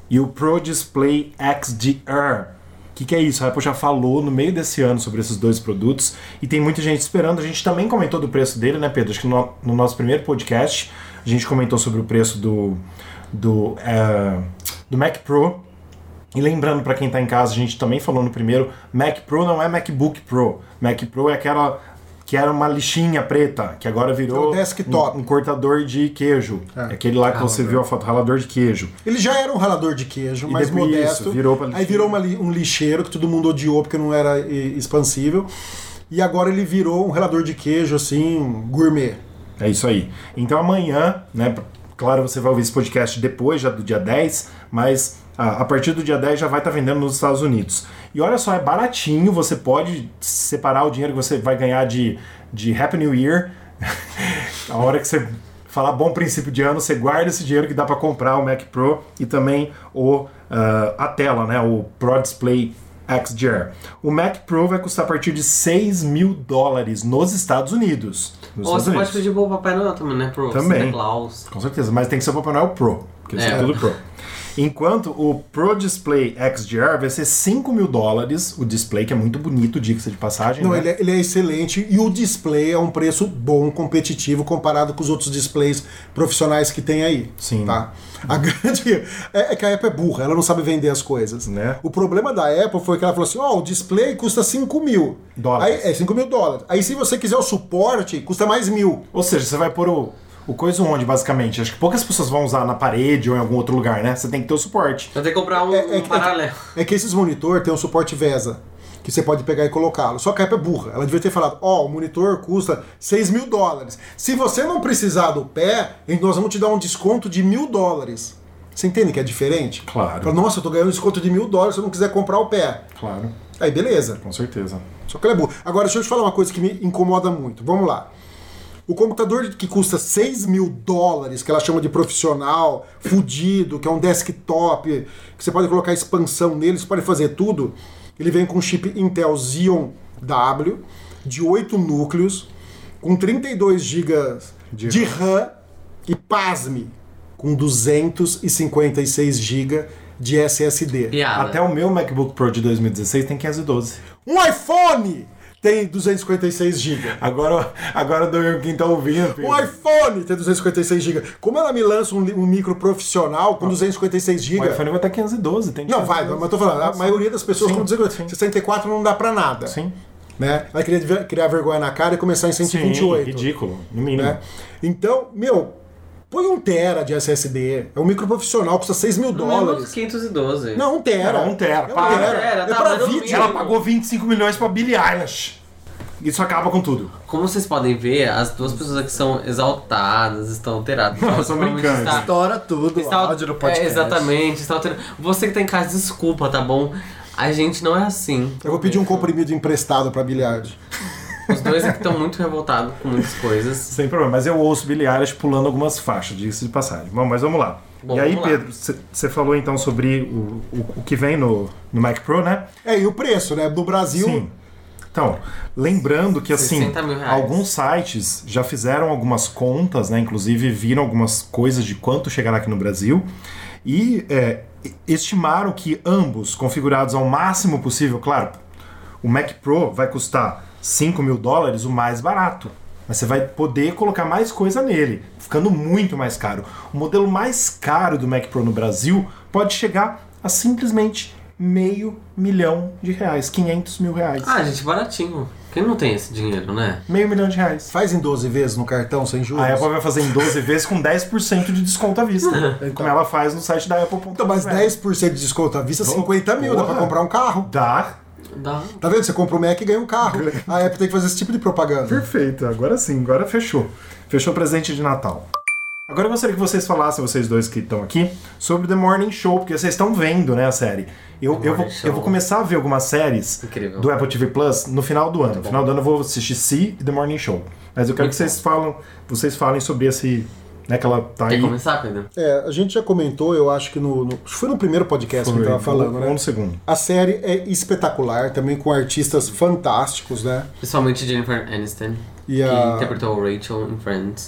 e o Pro Display X D R. O que, que é isso? A Apple já falou no meio desse ano sobre esses dois produtos e tem muita gente esperando. A gente também comentou do preço dele, né, Pedro? Acho que no, no nosso primeiro podcast a gente comentou sobre o preço do, do, uh, do Mac Pro. E lembrando para quem está em casa, a gente também falou no primeiro, Mac Pro não é MacBook Pro. Mac Pro é aquela que era uma lixinha preta, que agora virou é desktop. Um, um cortador de queijo. É. Aquele lá que ralador. Você viu a foto, ralador de queijo. Ele já era um ralador de queijo, e mais modesto. Isso, virou pra aí virou uma, um lixeiro que todo mundo odiou porque não era expansível. E agora ele virou um ralador de queijo, assim, gourmet. É isso aí. Então amanhã, né, claro, você vai ouvir esse podcast depois, já do dia dez, mas a partir do dia dez já vai estar vendendo nos Estados Unidos. E olha só, é baratinho, você pode separar o dinheiro que você vai ganhar de, de Happy New Year. A hora que você falar bom princípio de ano, você guarda esse dinheiro que dá para comprar o Mac Pro e também o, uh, a tela, né, o Pro Display X D R. O Mac Pro vai custar a partir de seis mil dólares nos Estados Unidos. Nos Ou Estados você Unidos. pode pedir pro Papai Noel também, né? Pro também. Santa Claus. Com certeza, mas tem que ser o Papai Noel Pro, porque isso é tudo Pro. Enquanto o Pro Display X D R vai ser cinco mil dólares, o display, que é muito bonito, diga-se de passagem. Não, né? ele, é, ele é excelente e o display é um preço bom, competitivo, comparado com os outros displays profissionais que tem aí. Sim. Tá? A grande é, é que a Apple é burra, ela não sabe vender as coisas. Né? O problema da Apple foi que ela falou assim, ó, oh, o display custa cinco mil. Dólares. Aí, é cinco mil dólares. Aí se você quiser o suporte, custa mais mil. Ou seja, você vai pôr o... O coisa onde, basicamente? Acho que poucas pessoas vão usar na parede ou em algum outro lugar, né? Você tem que ter o suporte. Eu tenho que comprar um, É, é, um paralelo. É, é que esses monitor tem um suporte VESA, que você pode pegar e colocá-lo. Só que a Apple é burra. Ela devia ter falado, ó, oh, o monitor custa seis mil dólares. Se você não precisar do pé, nós vamos te dar um desconto de mil dólares. Você entende que é diferente? Claro. Fala, nossa, eu tô ganhando um desconto de mil dólares se eu não quiser comprar o pé. Claro. Aí, beleza. Com certeza. Só que ela é burra. Agora, deixa eu te falar uma coisa que me incomoda muito. Vamos lá. O computador que custa seis mil dólares, que ela chama de profissional, fudido, que é um desktop, que você pode colocar expansão nele, você pode fazer tudo, ele vem com chip Intel Xeon W, de oito núcleos, com trinta e dois gigas de, de RAM, e pasme, com duzentos e cinquenta e seis gigas de S S D. Piada. Até o meu MacBook Pro de dois mil e dezesseis tem quinhentos e doze. Um iPhone tem duzentos e cinquenta e seis gigas. Agora, agora do quem tá ouvindo, Pedro. O iPhone tem duzentos e cinquenta e seis gigas. Como ela me lança um, um micro profissional com duzentos e cinquenta e seis O gigas? iPhone vai estar quinhentos e doze. Tem Não, vai, mas eu tô falando, a maioria das pessoas Sim, com duzentos e sessenta e quatro não dá pra nada. Sim. Né? Vai querer criar vergonha na cara e começar em cento e vinte e oito. Sim, ridículo, no mínimo. Né? Então, meu, põe um tera de S S D. É um micro profissional, custa seis mil dólares. quinhentos e doze. Não, um tera. Não, um tera. É um Para. tera. Tera, É tá, pra mas no vídeo. mínimo. Ela pagou vinte e cinco milhões pra Billie Eilish. Isso acaba com tudo. Como vocês podem ver, as duas pessoas aqui são exaltadas, estão alteradas. Não, Então, são provavelmente brincantes. está- Estoura tudo, está- áudio do podcast. É, exatamente, está alterando. Você que tá em casa, desculpa, tá bom? A gente não é assim. Eu vou pedir um comprimido emprestado pra bilhard. Os dois aqui estão muito revoltados com muitas coisas. Sem problema. Mas eu ouço Billie Eilish pulando algumas faixas, diga-se de passagem. Bom, mas vamos lá. Bom, e aí, vamos lá. Pedro, você falou então sobre o, o, o que vem no, no Mac Pro, né? É, e o preço, né? Do Brasil. Sim. Então, lembrando que assim, sessenta mil reais. alguns sites já fizeram algumas contas, né? Inclusive viram algumas coisas de quanto chegará aqui no Brasil e é, estimaram que ambos configurados ao máximo possível, claro, o Mac Pro vai custar cinco mil dólares, o mais barato. Mas você vai poder colocar mais coisa nele, ficando muito mais caro. O modelo mais caro do Mac Pro no Brasil pode chegar a simplesmente meio milhão de reais, quinhentos mil reais. Ah, gente, baratinho. Quem não tem esse dinheiro, né? Meio milhão de reais. Faz em doze vezes no cartão, sem juros. A Apple vai fazer em doze vezes com dez por cento de desconto à vista. Como ela faz no site da Apple. Então, mas dez por cento de desconto à vista, cinquenta mil. Dá pra Porra. comprar um carro. Dá. Dá. Tá vendo? Você compra o Mac e ganha um carro. A Apple tem que fazer esse tipo de propaganda. Perfeito, agora sim, agora fechou. Fechou o presente de Natal. Agora eu gostaria que vocês falassem, vocês dois que estão aqui, sobre The Morning Show, porque vocês estão vendo, né, a série. Eu, The eu, vou, Morning Show. eu vou começar a ver algumas séries Incrível. do Apple T V Plus no final do ano. No final do ano eu vou assistir Si e The Morning Show. Mas eu quero Muito que vocês, falam, vocês falem sobre esse... Né, que ela tá Quer aí... começar, Pedro? É, a gente já comentou, eu acho que no. no acho que foi no primeiro podcast que a gente tava falando, um, né? Um no segundo. A série é espetacular, também com artistas fantásticos, né? Principalmente Jennifer Aniston, E que a- interpretou Rachel em Friends.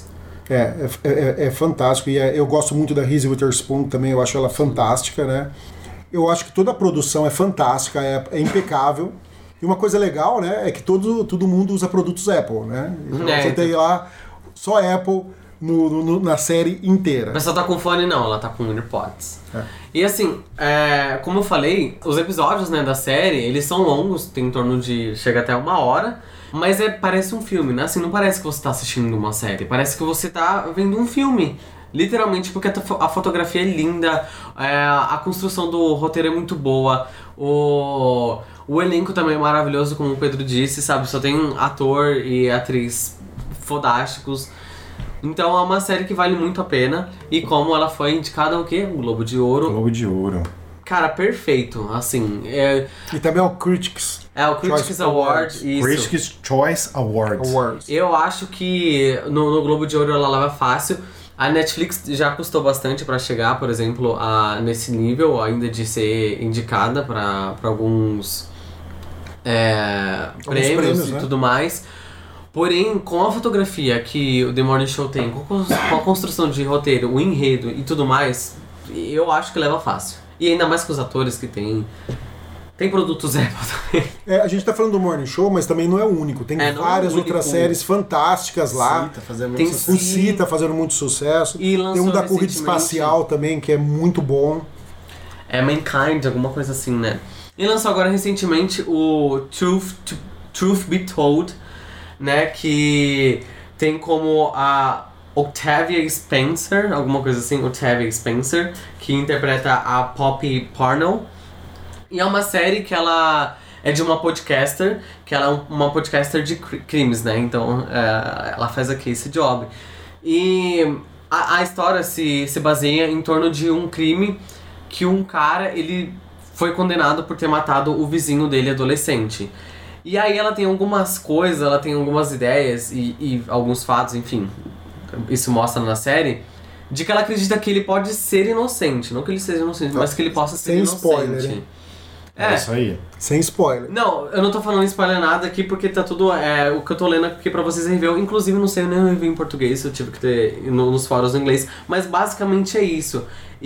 É, é, é, é fantástico. E é, eu gosto muito da Reese Witherspoon também, eu acho ela fantástica, né? Eu acho que toda a produção é fantástica, é, é impecável. E uma coisa legal, né, é que todo, todo mundo usa produtos Apple, né? Então, É, você então. tem lá só Apple no, no, na série inteira. A pessoa tá com fone não, ela tá com AirPods. É. E assim, é, como eu falei, os episódios, né, da série, eles são longos, tem em torno de... chega até uma hora, mas é, parece um filme, né? Assim, não parece que você tá assistindo uma série, parece que você tá vendo um filme. Literalmente, porque a fotografia é linda, é, a construção do roteiro é muito boa, o, o elenco também é maravilhoso, como o Pedro disse, sabe? Só tem ator e atriz fodásticos. Então é uma série que vale muito a pena. E como ela foi indicada ao quê? O Globo de Ouro. Globo de Ouro. Cara, perfeito. Assim, é, E também é o Critics é o Critics Choice Award. Awards. Isso. Critics' Choice Awards. Awards. Eu acho que no, no Globo de Ouro ela leva fácil. A Netflix já custou bastante pra chegar, por exemplo, a, nesse nível ainda de ser indicada pra pra alguns é, prêmios, prêmios, e né? tudo mais. Porém, com a fotografia que o The Morning Show tem, com com a construção de roteiro, o enredo e tudo mais, eu acho que leva fácil. E ainda mais com os atores que tem. Tem produtos Apple também. É, a gente tá falando do Morning Show, mas também não é o único. Tem É, não é o várias único. outras séries fantásticas lá. Sim, tá fazendo Tem muito O sucesso. sim. Si tá fazendo muito sucesso. E Tem um lançou da corrida recentemente- espacial também, que é muito bom. É Mankind, alguma coisa assim, né? E lançou agora recentemente o Truth, to, Truth Be Told, né? Que tem como a Octavia Spencer, alguma coisa assim, Octavia Spencer, que interpreta a Poppy Parnell. E é uma série que ela é de uma podcaster, que ela é uma podcaster de cri- crimes, né? Então é, ela faz aqui esse job. E a, a história se, se baseia em torno de um crime que um cara, ele foi condenado por ter matado o vizinho dele adolescente. E aí ela tem algumas coisas, ela tem algumas ideias e, e alguns fatos, enfim, isso mostra na série, de que ela acredita que ele pode ser inocente. Não que ele seja inocente, mas que ele possa ser Sem inocente. spoiler, hein? É isso aí. Sem spoiler. Não, eu não tô falando spoiler nada aqui porque tá tudo. É, o que eu tô lendo aqui pra vocês é review. Inclusive, não sei nem review em português, eu tive que ter no, nos fóruns em inglês. Mas basicamente é isso.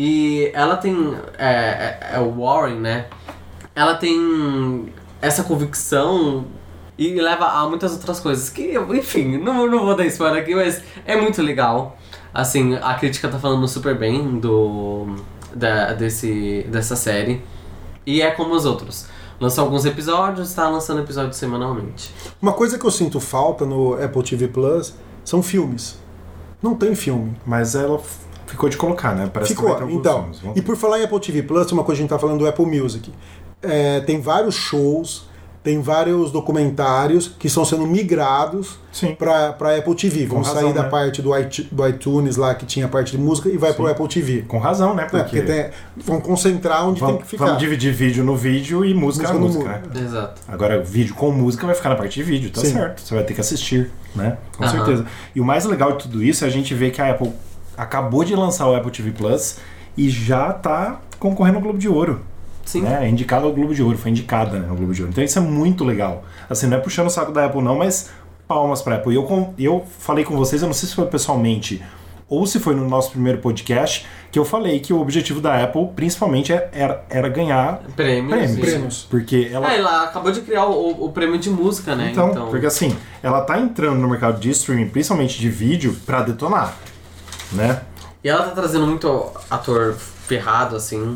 E ela tem. É, é, é o Warren, né? Ela tem essa convicção e leva a muitas outras coisas. Que, enfim, não, não vou dar spoiler aqui, mas é muito legal. Assim, a crítica tá falando super bem do, da, desse, dessa série. E é como os outros. Lançou alguns episódios, tá lançando episódios semanalmente. Uma coisa que eu sinto falta no Apple T V Plus são filmes. Não tem filme. Mas ela f- ficou de colocar, né? Parece Ficou, que vai ter alguns então. filmes. Vamos- E por falar em Apple T V Plus, tem uma coisa que a gente tá falando do Apple Music. É, tem vários shows, tem vários documentários que estão sendo migrados Sim. para Apple T V. Com Vão razão, sair da né? parte do, iTu- do iTunes lá, que tinha a parte de música, e vai Sim. pro Apple T V. Com razão, né? É, Porque, porque tem- vão concentrar onde vamos, tem que ficar. vamos dividir vídeo no vídeo e música, Música na no música, mu- né? Exato. Agora, vídeo com música vai ficar na parte de vídeo, tá Sim. certo. Você vai ter que assistir, né? Com Aham. certeza. E o mais legal de tudo isso é a gente ver que a Apple acabou de lançar o Apple T V Plus e já tá concorrendo ao Globo de Ouro. Sim. Né? É indicado ao Globo de Ouro, foi indicada, né, ao Globo de Ouro. Então isso é muito legal. Assim, não é puxando o saco da Apple não, mas palmas pra Apple. E eu, com- eu falei com vocês, eu não sei se foi pessoalmente ou se foi no nosso primeiro podcast, que eu falei que o objetivo da Apple, principalmente, é- era, era ganhar Prêmios. prêmios. isso. Prêmios. Porque ela... É, ela acabou de criar o, o prêmio de música, né? Então, porque assim, ela tá entrando no mercado de streaming, principalmente de vídeo, pra detonar, né? E ela tá trazendo muito ator ferrado, assim,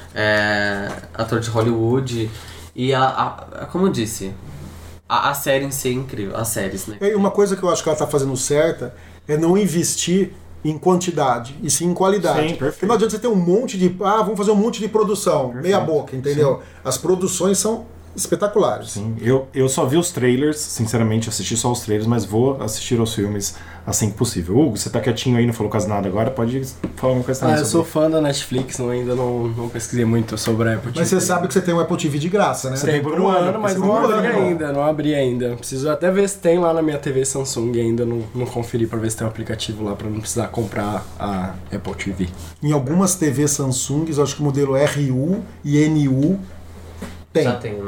é, ator de Hollywood. E ela, a- como eu disse, a, a série em si é incrível, as séries, né? E uma coisa que eu acho que ela tá fazendo certa é não investir em quantidade, e sim em qualidade. Sim, perfeito. Porque não adianta você ter um monte de... Ah, vamos fazer um monte de produção, Perfeito. meia boca, entendeu? As produções são espetaculares. Sim, eu, eu só vi os trailers, sinceramente, assisti só os trailers, mas vou assistir aos filmes assim que possível. Hugo, você tá quietinho aí, não falou quase nada agora, pode falar uma coisa também Ah, eu sou sobre. fã da Netflix, não, ainda não, não pesquisei muito sobre a Apple T V. Mas você sabe que você tem um Apple T V de graça, né? Você Tem por um ano, mas você não tem por um abri ano. ainda, não abri ainda. Preciso até ver se tem lá na minha T V Samsung ainda, não, não conferi pra ver se tem um aplicativo lá pra não precisar comprar a Apple T V. Em algumas T Vs Samsung, eu acho que o modelo R U e N U tem. Já tem, né?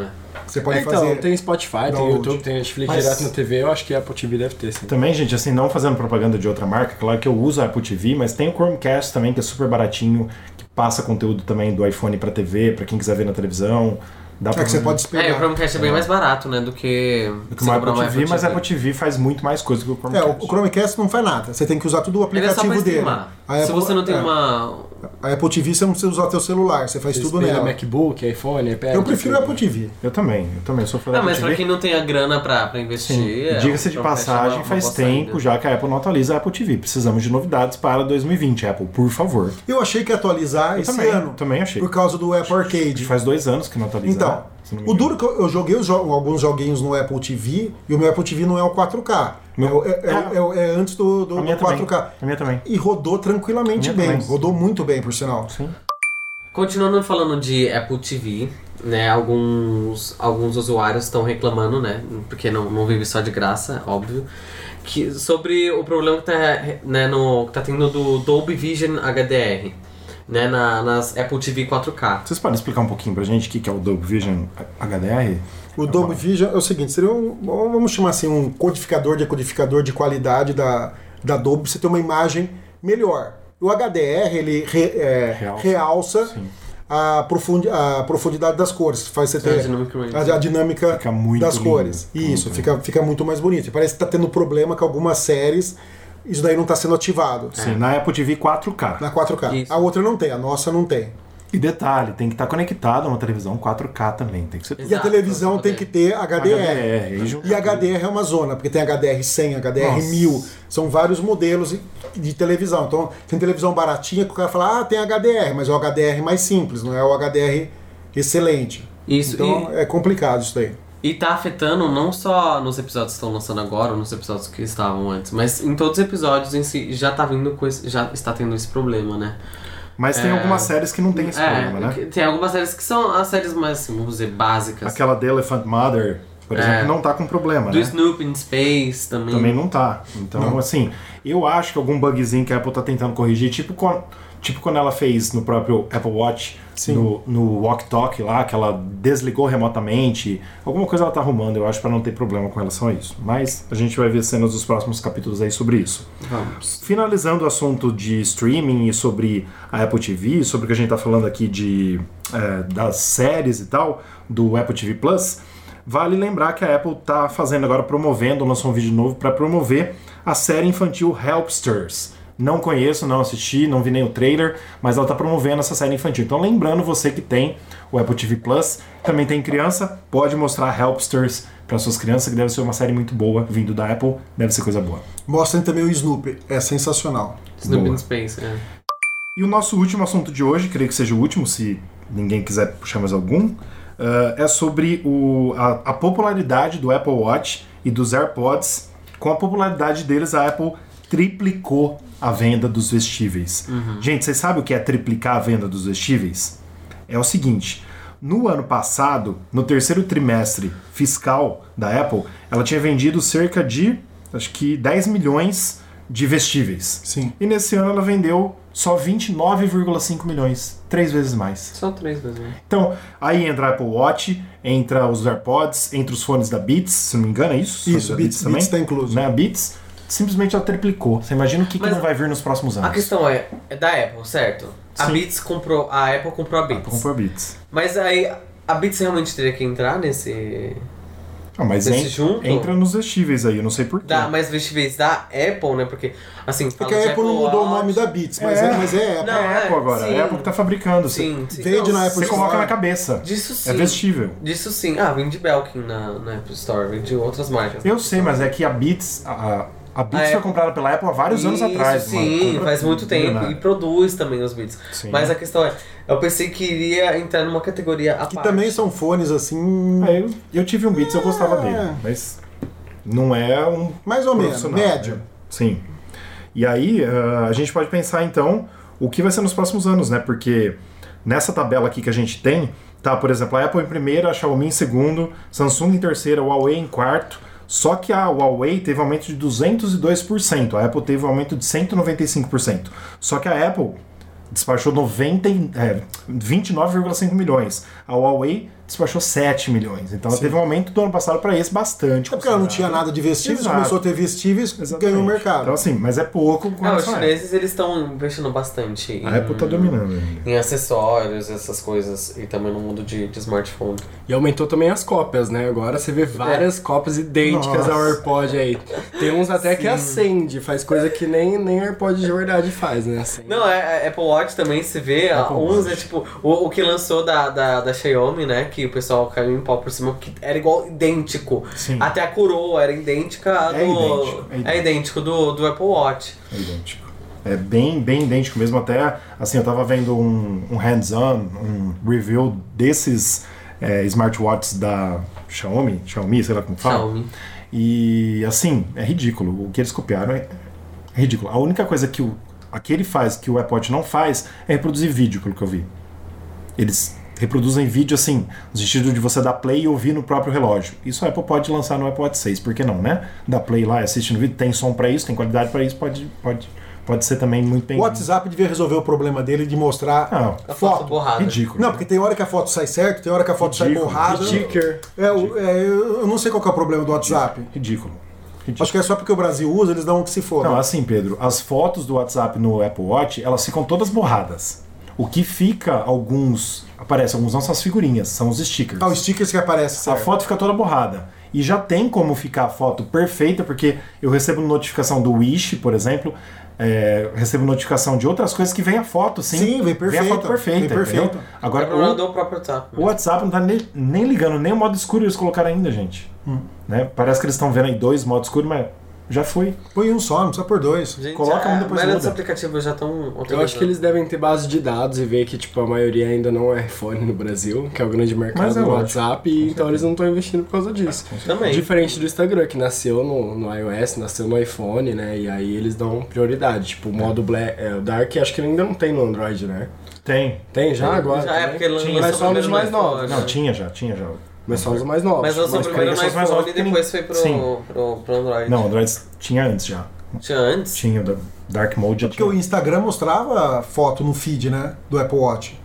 Você pode então, fazer... tem Spotify, tem download. YouTube, tem Netflix Mas- direto na T V, eu acho que a Apple T V deve ter, sim. Também, gente, assim, não fazendo propaganda de outra marca, claro que eu uso a Apple T V, mas tem o Chromecast também, que é super baratinho, que passa conteúdo também do iPhone pra T V, pra quem quiser ver na televisão. Dá pra É que você pode É, esperar. o Chromecast é bem mais barato, né, do que... do que uma você comprar Apple uma T V, mas a Apple T V faz muito mais coisa que o É, Chromecast. o Chromecast não faz nada. Você tem que usar tudo o Ele é só pra aplicativo dele. streamar. A Se Apple- você não tem é. uma... A Apple T V você não precisa usar o teu celular, você faz Você tudo tem nela. MacBook, iPhone, iPad... Eu prefiro a tudo. Apple T V. Eu também, eu também sou fã da Não, Apple mas T pra V. quem não tem a grana pra, pra investir... Sim. é, Diga-se o de Chromecast é passagem, uma- faz uma boa tempo saída. já que a Apple não atualiza a Apple T V. Precisamos de novidades para dois mil e vinte, Apple, por favor. Eu achei que ia atualizar Eu esse também, ano. também achei. Por causa do Apple Acho que Arcade. faz dois anos que não atualiza. Então, se não me o engano. duro que eu, eu joguei os jo- alguns joguinhos no Apple T V e o meu Apple T V não é o quatro K. É, Meu- o- é- é- é o- é antes do, do, A minha do quatro K. também. A minha também. E rodou tranquilamente A minha bem. também. Rodou muito bem, por sinal. Sim. Continuando falando de Apple T V, né, alguns, alguns usuários estão reclamando, né, porque não, não vive só de graça, óbvio, que, sobre o problema que tá, né, no, que tá tendo do Dolby Vision H D R, né, na, nas Apple T V quatro K. Vocês podem explicar um pouquinho pra gente o que que é o Dolby Vision H D R? O Dolby Vision é o seguinte, seria um, vamos chamar assim, um codificador de decodificador de qualidade da, da Dolby, pra você ter uma imagem melhor. O H D R, ele re, é, Realça. realça Sim. a, profundi, a profundidade das cores, faz você ter A dynamic range. a, a dinâmica Fica muito das lindo. cores. Isso, Muito fica, fica muito mais bonito. E parece que tá tendo problema com algumas séries, isso daí não está sendo ativado. Sim, na Apple T V quatro K. Na quatro K. Isso. A outra não tem, a nossa não tem. E detalhe, tem que estar conectado a uma televisão quatro K também. Tem que ser E a Exato, televisão pra tem poder. que ter H D R. H D R, aí junta E H D R é uma zona, porque tem H D R cem, H D R Nossa. mil. São vários modelos de televisão. Então, tem televisão baratinha que o cara fala, ah, tem H D R, mas é o H D R mais simples, não é o H D R excelente. Isso, Então, é complicado isso daí. E tá afetando não só nos episódios que estão lançando agora, ou nos episódios que estavam antes, mas em todos os episódios em si já tá vindo com esse, já está tendo esse problema, né? Mas tem É. algumas séries que não tem esse é, problema, né? que- tem algumas séries que são as séries mais, assim, vamos dizer, básicas. Aquela The Elephant Mother, por É. exemplo, não tá com problema, Do né? Snoop in Space também. Também não tá. Então, Não. assim, eu acho que algum bugzinho que a Apple tá tentando corrigir, tipo, con- tipo quando ela fez no próprio Apple Watch, Sim. no, no Walk Talk lá, que ela desligou remotamente. Alguma coisa ela tá arrumando, eu acho, pra não ter problema com relação a isso. Mas a gente vai ver cenas dos próximos capítulos aí sobre isso. Vamos. Finalizando o assunto de streaming e sobre a Apple T V, sobre o que a gente tá falando aqui de, é, das séries e tal, do Apple T V Plus, vale lembrar que a Apple tá fazendo agora, promovendo, lançou um vídeo novo para promover a série infantil Helpsters. Não conheço, não assisti, não vi nem o trailer, mas ela tá promovendo essa série infantil. Então lembrando, você que tem o Apple T V Plus, também tem criança, pode mostrar Helpsters para suas crianças, que deve ser uma série muito boa, vindo da Apple, deve ser coisa boa. Mostrem também o Snoopy, é sensacional. Snoop Boa. in Space, é. E o nosso último assunto de hoje, creio que seja o último, se ninguém quiser puxar mais algum, uh, é sobre o, a, a popularidade do Apple Watch e dos AirPods. Com a popularidade deles, a Apple triplicou a venda dos vestíveis. Gente, vocês sabem o que é triplicar a venda dos vestíveis? É o seguinte, no ano passado, no terceiro trimestre fiscal da Apple, ela tinha vendido cerca de, acho que dez milhões de vestíveis. Sim. E nesse ano ela vendeu só vinte e nove vírgula cinco milhões, três vezes mais. Só três vezes, né? Então, aí entra a Apple Watch, entra os AirPods, entra os fones da Beats, se não me engano, é isso? Os fones Isso, da Beats, Beats tá incluso. Né? A Beats simplesmente ela triplicou. Você imagina o que, que Mas não vai vir nos próximos anos. A questão é, é da Apple, certo? A Sim. Beats comprou, a Apple comprou a Beats. Apple comprou a Beats. Mas aí, a Beats realmente teria que entrar nesse... Ah, mas Desse en- junto? entra nos vestíveis aí, eu não sei porquê. Da, mas vestíveis da Apple, né? Porque, assim, É fala que de a Apple não mudou o Watch. nome da Beats, mas É. é, mas é Apple. Não, É a Apple é, agora, sim. é a Apple que tá fabricando. Sim, sim. Vende Não, na Apple Você coloca Store. na cabeça. Disso sim. É vestível. Disso sim. Ah, vem de Belkin na, na Apple Store, vem de outras marcas. Eu sei, mas é que a Beats, a, a Beats A foi Apple- comprada pela Apple há vários anos Isso, atrás. uma sim, compra faz muito tempo. milionária. E produz também os Beats. Sim. Mas a questão é, eu pensei que iria entrar numa categoria à Que parte. também são fones assim, É, eu, eu tive um Beats, eu gostava É. dele, mas não é um mais ou menos, profissional, médio. né? Sim. E aí, uh, a gente pode pensar então o que vai ser nos próximos anos, né? Porque nessa tabela aqui que a gente tem, tá, por exemplo, a Apple em primeiro, a Xiaomi em segundo, Samsung em terceiro, a Huawei em quarto. Só que a Huawei teve um aumento de duzentos e dois por cento, a Apple teve um aumento de cento e noventa e cinco por cento. Só que a Apple despachou noventa, e- é, vinte e nove vírgula cinco milhões, a Huawei despachou sete milhões. Então ela teve um aumento do ano passado para esse bastante. É porque ela não tinha nada de vestíveis, Exato. começou a ter vestíveis e ganhou o mercado. Então assim, mas é pouco com Não, os relação a chineses eles estão investindo bastante em, A Apple tá dominando ainda. em acessórios, essas coisas, e também no mundo de, de smartphone. E aumentou também as cópias, né? Agora você vê várias cópias idênticas Nossa. ao AirPod aí. Tem uns até que acende, faz coisa que nem, nem AirPod de verdade faz, né? Acende. Não, é, é Apple Watch também se vê, Apple uns Watch. é tipo, o, o que lançou da, da, da Xiaomi, né, que o pessoal caiu em pau por cima, porque era igual, idêntico. Sim. Até a coroa era idêntica do... É idêntico, é idêntico. É idêntico do, do Apple Watch. É idêntico. É bem, bem idêntico mesmo. Até, assim, eu tava vendo um, um hands-on, um review desses é, smartwatches da Xiaomi, Xiaomi, sei lá como fala. Xiaomi. E, assim, é ridículo. O que eles copiaram é, é ridículo. A única coisa que o, aquele faz que o Apple Watch não faz é reproduzir vídeo, pelo que eu vi. Eles reproduzem vídeo, assim, no sentido de você dar play e ouvir no próprio relógio. Isso a Apple pode lançar no Apple Watch seis, por que não, né? Dá play lá e assiste no vídeo, tem som pra isso, tem qualidade pra isso, pode, pode, pode ser também muito bem. O WhatsApp devia resolver o problema dele de mostrar Não, A foto borrada. ridículo. Não, porque tem hora que a foto sai certo, tem hora que a foto Ridículo, sai borrada. Sticker. É, o- é, eu não sei qual que é o problema do WhatsApp. Ridículo. Ridículo. Acho que é só porque o Brasil usa, eles dão um que se for. Não, assim, Pedro, as fotos do WhatsApp no Apple Watch, elas ficam todas borradas. O que fica, alguns... Aparece, alguns não são as figurinhas, são os stickers. Ah, os stickers que aparecem, A certo. foto fica toda borrada. E já tem como ficar a foto perfeita, porque eu recebo notificação do Wish, por exemplo, é, recebo notificação de outras coisas que vem a foto, sim. Sim, vem Vem a perfeita, foto perfeita, vem perfeita. entendeu? Agora, É problema o, do próprio WhatsApp. o WhatsApp não tá nem, nem ligando, nem o modo escuro eles colocaram ainda, gente. Hum. Né? Parece que eles estão vendo aí dois modos escuros, mas já foi. Põe um só, não precisa por dois. Gente, Coloca um, a depois maioria dos muda. aplicativos já estão... Eu acho que eles devem ter base de dados e ver que, tipo, a maioria ainda não é iPhone no Brasil, que é o grande mercado Mas é do lógico. WhatsApp, e então eles não estão investindo por causa disso. Também. Diferente do Instagram, que nasceu no, no iOS, nasceu no iPhone, né? E aí eles dão prioridade. Tipo, o modo Black, é, o Dark, acho que ainda não tem no Android, né? Tem. Tem já agora? Já é, também? porque lançou Tinha, mas só nos primeiro mais no novos. iPhone. Não, tinha já, tinha já. Mas só os mais novos. Mas lançou Mas primeiro no creio que são os mais iPhone novos e depois foi Sim. pro, pro, pro Android. Não, Android tinha antes já. Tinha antes? Tinha, o da Dark Mode já Porque o tinha. Instagram mostrava foto no feed, né? Do Apple Watch.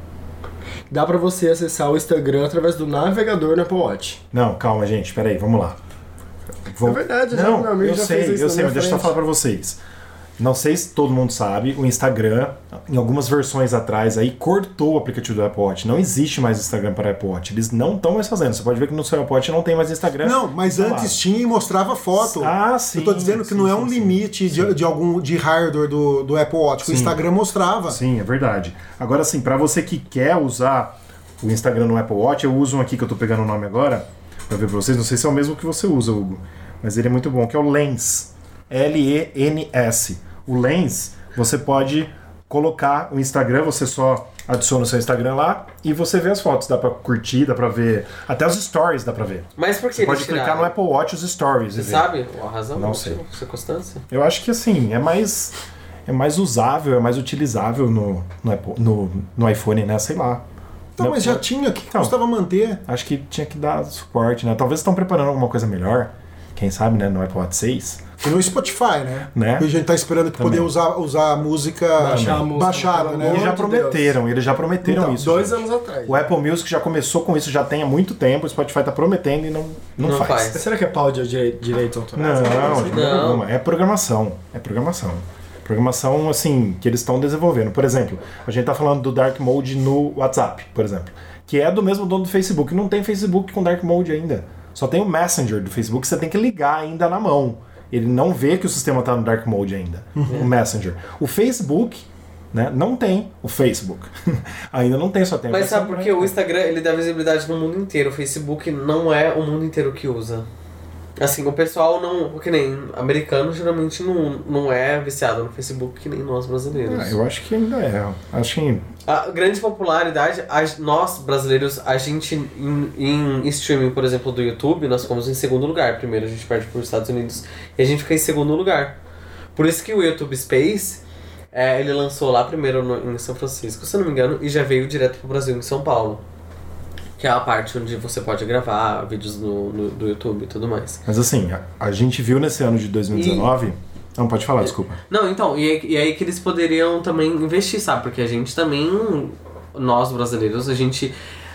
Dá pra você acessar o Instagram através do navegador no Apple Watch. Não, calma, gente, peraí, vamos lá. Vou- É verdade, já- não, meu amigo eu já sei, fez isso eu na sei, minha mas deixa eu só frente. falar pra vocês. Não sei se todo mundo sabe, o Instagram, em algumas versões atrás aí, cortou o aplicativo do Apple Watch. Não existe mais Instagram para Apple Watch. Eles não estão mais fazendo. Você pode ver que no seu Apple Watch não tem mais Instagram. Não, mas Tá lá. antes tinha e mostrava foto. Ah, sim. Eu tô dizendo que sim, não é sim, um sim. limite de, de algum de hardware do, do Apple Watch. que O Sim. Instagram mostrava. Sim, é verdade. Agora, assim, pra você que quer usar o Instagram no Apple Watch, eu uso um aqui que eu tô pegando o nome agora, pra ver pra vocês. Não sei se é o mesmo que você usa, Hugo, mas ele é muito bom, que é o Lens. L E N S. O Lens, você pode colocar o Instagram, você só adiciona o seu Instagram lá e você vê as fotos. Dá pra curtir, dá pra ver. Até os stories dá pra ver. Mas por que Você eles pode clicar tiraram? no Apple Watch os stories. Você e ver. sabe a razão? Não do sei. motivo? Circunstância? Eu acho que assim, é mais. É mais usável, é mais utilizável no, no, Apple- no, no iPhone, né? Sei lá. Então, No mas já Apple- tinha, o que Então. custava manter? Acho que tinha que dar suporte, né? Talvez estão preparando alguma coisa melhor. Quem sabe, né? No Apple Watch seis. E no Spotify, né? Né? A gente tá esperando que Também. poder usar, usar a música Baixar a música, baixada, pelo né? Eles amor já de prometeram, eles já prometeram Então, isso. dois gente. anos atrás. O Apple Music já começou com isso, já tem há muito tempo. O Spotify tá prometendo e não, não, Não faz. faz. Será que é pau de dire- direitos autorais? Não, não, de maneira Não. nenhuma. É programação. É programação. Programação, assim, que eles estão desenvolvendo. Por exemplo, a gente tá falando do Dark Mode no WhatsApp, por exemplo. Que é do mesmo dono do Facebook. Não tem Facebook com Dark Mode ainda. Só tem o Messenger do Facebook, você tem que ligar ainda na mão. Ele não vê que o sistema tá no Dark Mode ainda. O Messenger. O Facebook, né, não tem o Facebook. ainda não tem, só tem o Mas sabe Facebook, por que né? o Instagram ele dá visibilidade no mundo inteiro? O Facebook não é o mundo inteiro que usa. Assim, o pessoal não... Que nem americano geralmente não, não é viciado no Facebook que nem nós brasileiros. Ah, eu acho que ainda é. Acho que A grande popularidade, a- nós brasileiros, a gente em, em streaming, por exemplo, do YouTube, nós ficamos em segundo lugar. Primeiro a gente perde para os Estados Unidos e a gente fica em segundo lugar. Por isso que o YouTube Space, é, ele lançou lá primeiro no, em São Francisco, se eu não me engano, e já veio direto pro Brasil, em São Paulo. Que é a parte onde você pode gravar vídeos no, no- do YouTube e tudo mais. Mas assim, a, a gente viu nesse ano de dois mil e dezenove... Não, pode falar, desculpa. Não, então, e aí, e aí que eles poderiam também investir, sabe? Porque a gente também, nós brasileiros, a gente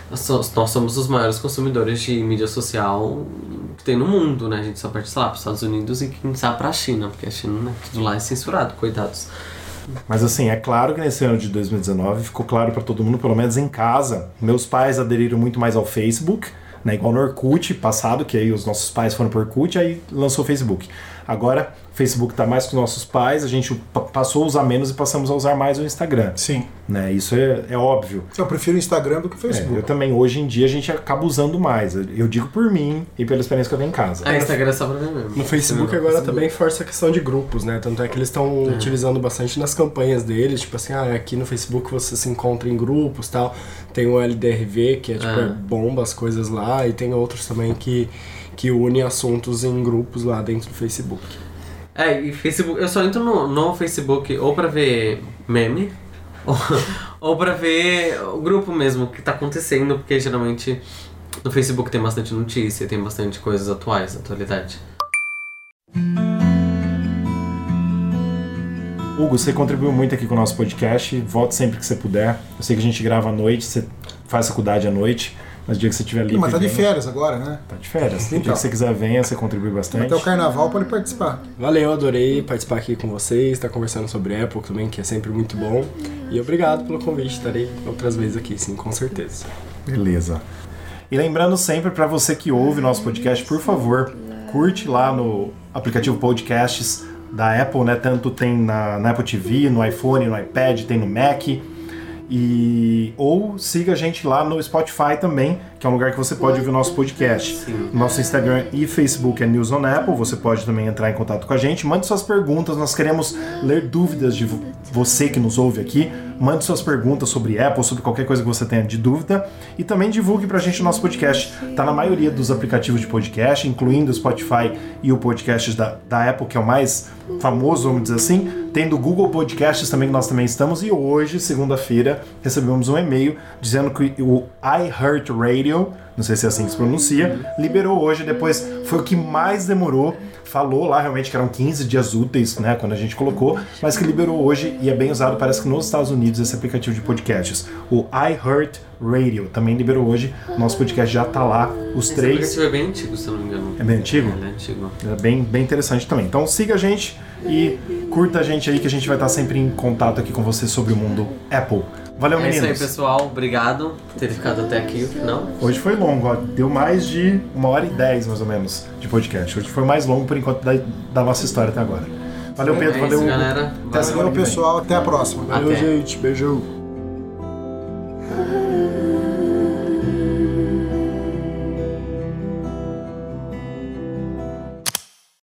nós, nós somos os maiores consumidores de mídia social que tem no mundo, né? A gente só perde, sei lá, para os Estados Unidos e quem sabe para a China, porque a China, né, tudo lá é censurado, coitados. Mas assim, é claro que nesse ano de dois mil e dezenove ficou claro para todo mundo, pelo menos em casa. Meus pais aderiram muito mais ao Facebook, né? Igual no Orkut passado, que aí os nossos pais foram pro Orkut, aí lançou o Facebook. Agora, o Facebook tá mais com os nossos pais, a gente passou a usar menos e passamos a usar mais o Instagram. Sim. Né? Isso é, é óbvio. Eu prefiro o Instagram do que o Facebook. É, eu também, hoje em dia, a gente acaba usando mais. Eu digo por mim e pela experiência que eu tenho em casa. Ah, Instagram é só pra mim mesmo. No Facebook agora Facebook. também força a questão de grupos, né? Tanto é que eles estão É. utilizando bastante nas campanhas deles, tipo assim, ah, aqui no Facebook você se encontra em grupos e tal. Tem o L D R V, que é tipo, É. é. bomba as coisas lá, e tem outros também que, que unem assuntos em grupos lá dentro do Facebook. É, e Facebook, eu só entro no, no Facebook ou pra ver meme, ou, ou pra ver o grupo mesmo, que tá acontecendo, porque geralmente no Facebook tem bastante notícia, tem bastante coisas atuais, atualidade. Hugo, você contribuiu muito aqui com o nosso podcast, volte sempre que você puder. Eu sei que a gente grava à noite, você faz faculdade à noite, mas o dia que você estiver livre... Mas tá de venha. férias agora, né? Tá de férias. O dia Então. que você quiser, venha, você contribui bastante. Até o carnaval pode participar. Valeu, adorei participar aqui com vocês, estar conversando sobre Apple também, que é sempre muito bom. E obrigado pelo convite, estarei outras vezes aqui, sim, com certeza. Beleza. E lembrando sempre, para você que ouve nosso podcast, por favor, curte lá no aplicativo Podcasts da Apple, né? Tanto tem na, na Apple T V, no iPhone, no iPad, tem no Mac. E, ou siga a gente lá no Spotify também, que é um lugar que você pode ouvir o nosso podcast. Sim. Nosso Instagram e Facebook é News on Apple, você pode também entrar em contato com a gente. Mande suas perguntas, nós queremos ler dúvidas de vo- você que nos ouve aqui. Mande suas perguntas sobre Apple, sobre qualquer coisa que você tenha de dúvida. E também divulgue pra gente o nosso podcast. Tá na maioria dos aplicativos de podcast, incluindo o Spotify e o podcast da, da Apple, que é o mais famoso, vamos dizer assim. Tem do Google Podcasts também, que nós também estamos. E hoje, segunda-feira, recebemos um e-mail dizendo que o iHeartRadio, não sei se é assim que se pronuncia, liberou hoje. Depois foi o que mais demorou. Falou lá realmente que eram quinze dias úteis, né, quando a gente colocou, mas que liberou hoje e é bem usado, parece que nos Estados Unidos, esse aplicativo de podcasts. O iHeartRadio também liberou hoje. Nosso podcast já tá lá, os Esse três. aplicativo é bem antigo, se eu não me engano. É bem antigo? Ele é antigo. É bem, bem interessante também. Então siga a gente e curta a gente aí, que a gente vai estar sempre em contato aqui com você sobre o mundo Apple. Valeu, É meninos. isso aí, pessoal. Obrigado por ter ficado até aqui no final. Hoje foi longo, ó. Deu mais de uma hora e dez, mais ou menos, de podcast. Hoje foi mais longo, por enquanto, da, da nossa história até agora. Valeu, Pedro. É valeu, isso, Hugo. galera. Até a semana Valeu, que vem. pessoal. Até a próxima. Valeu, Até. gente. Beijo.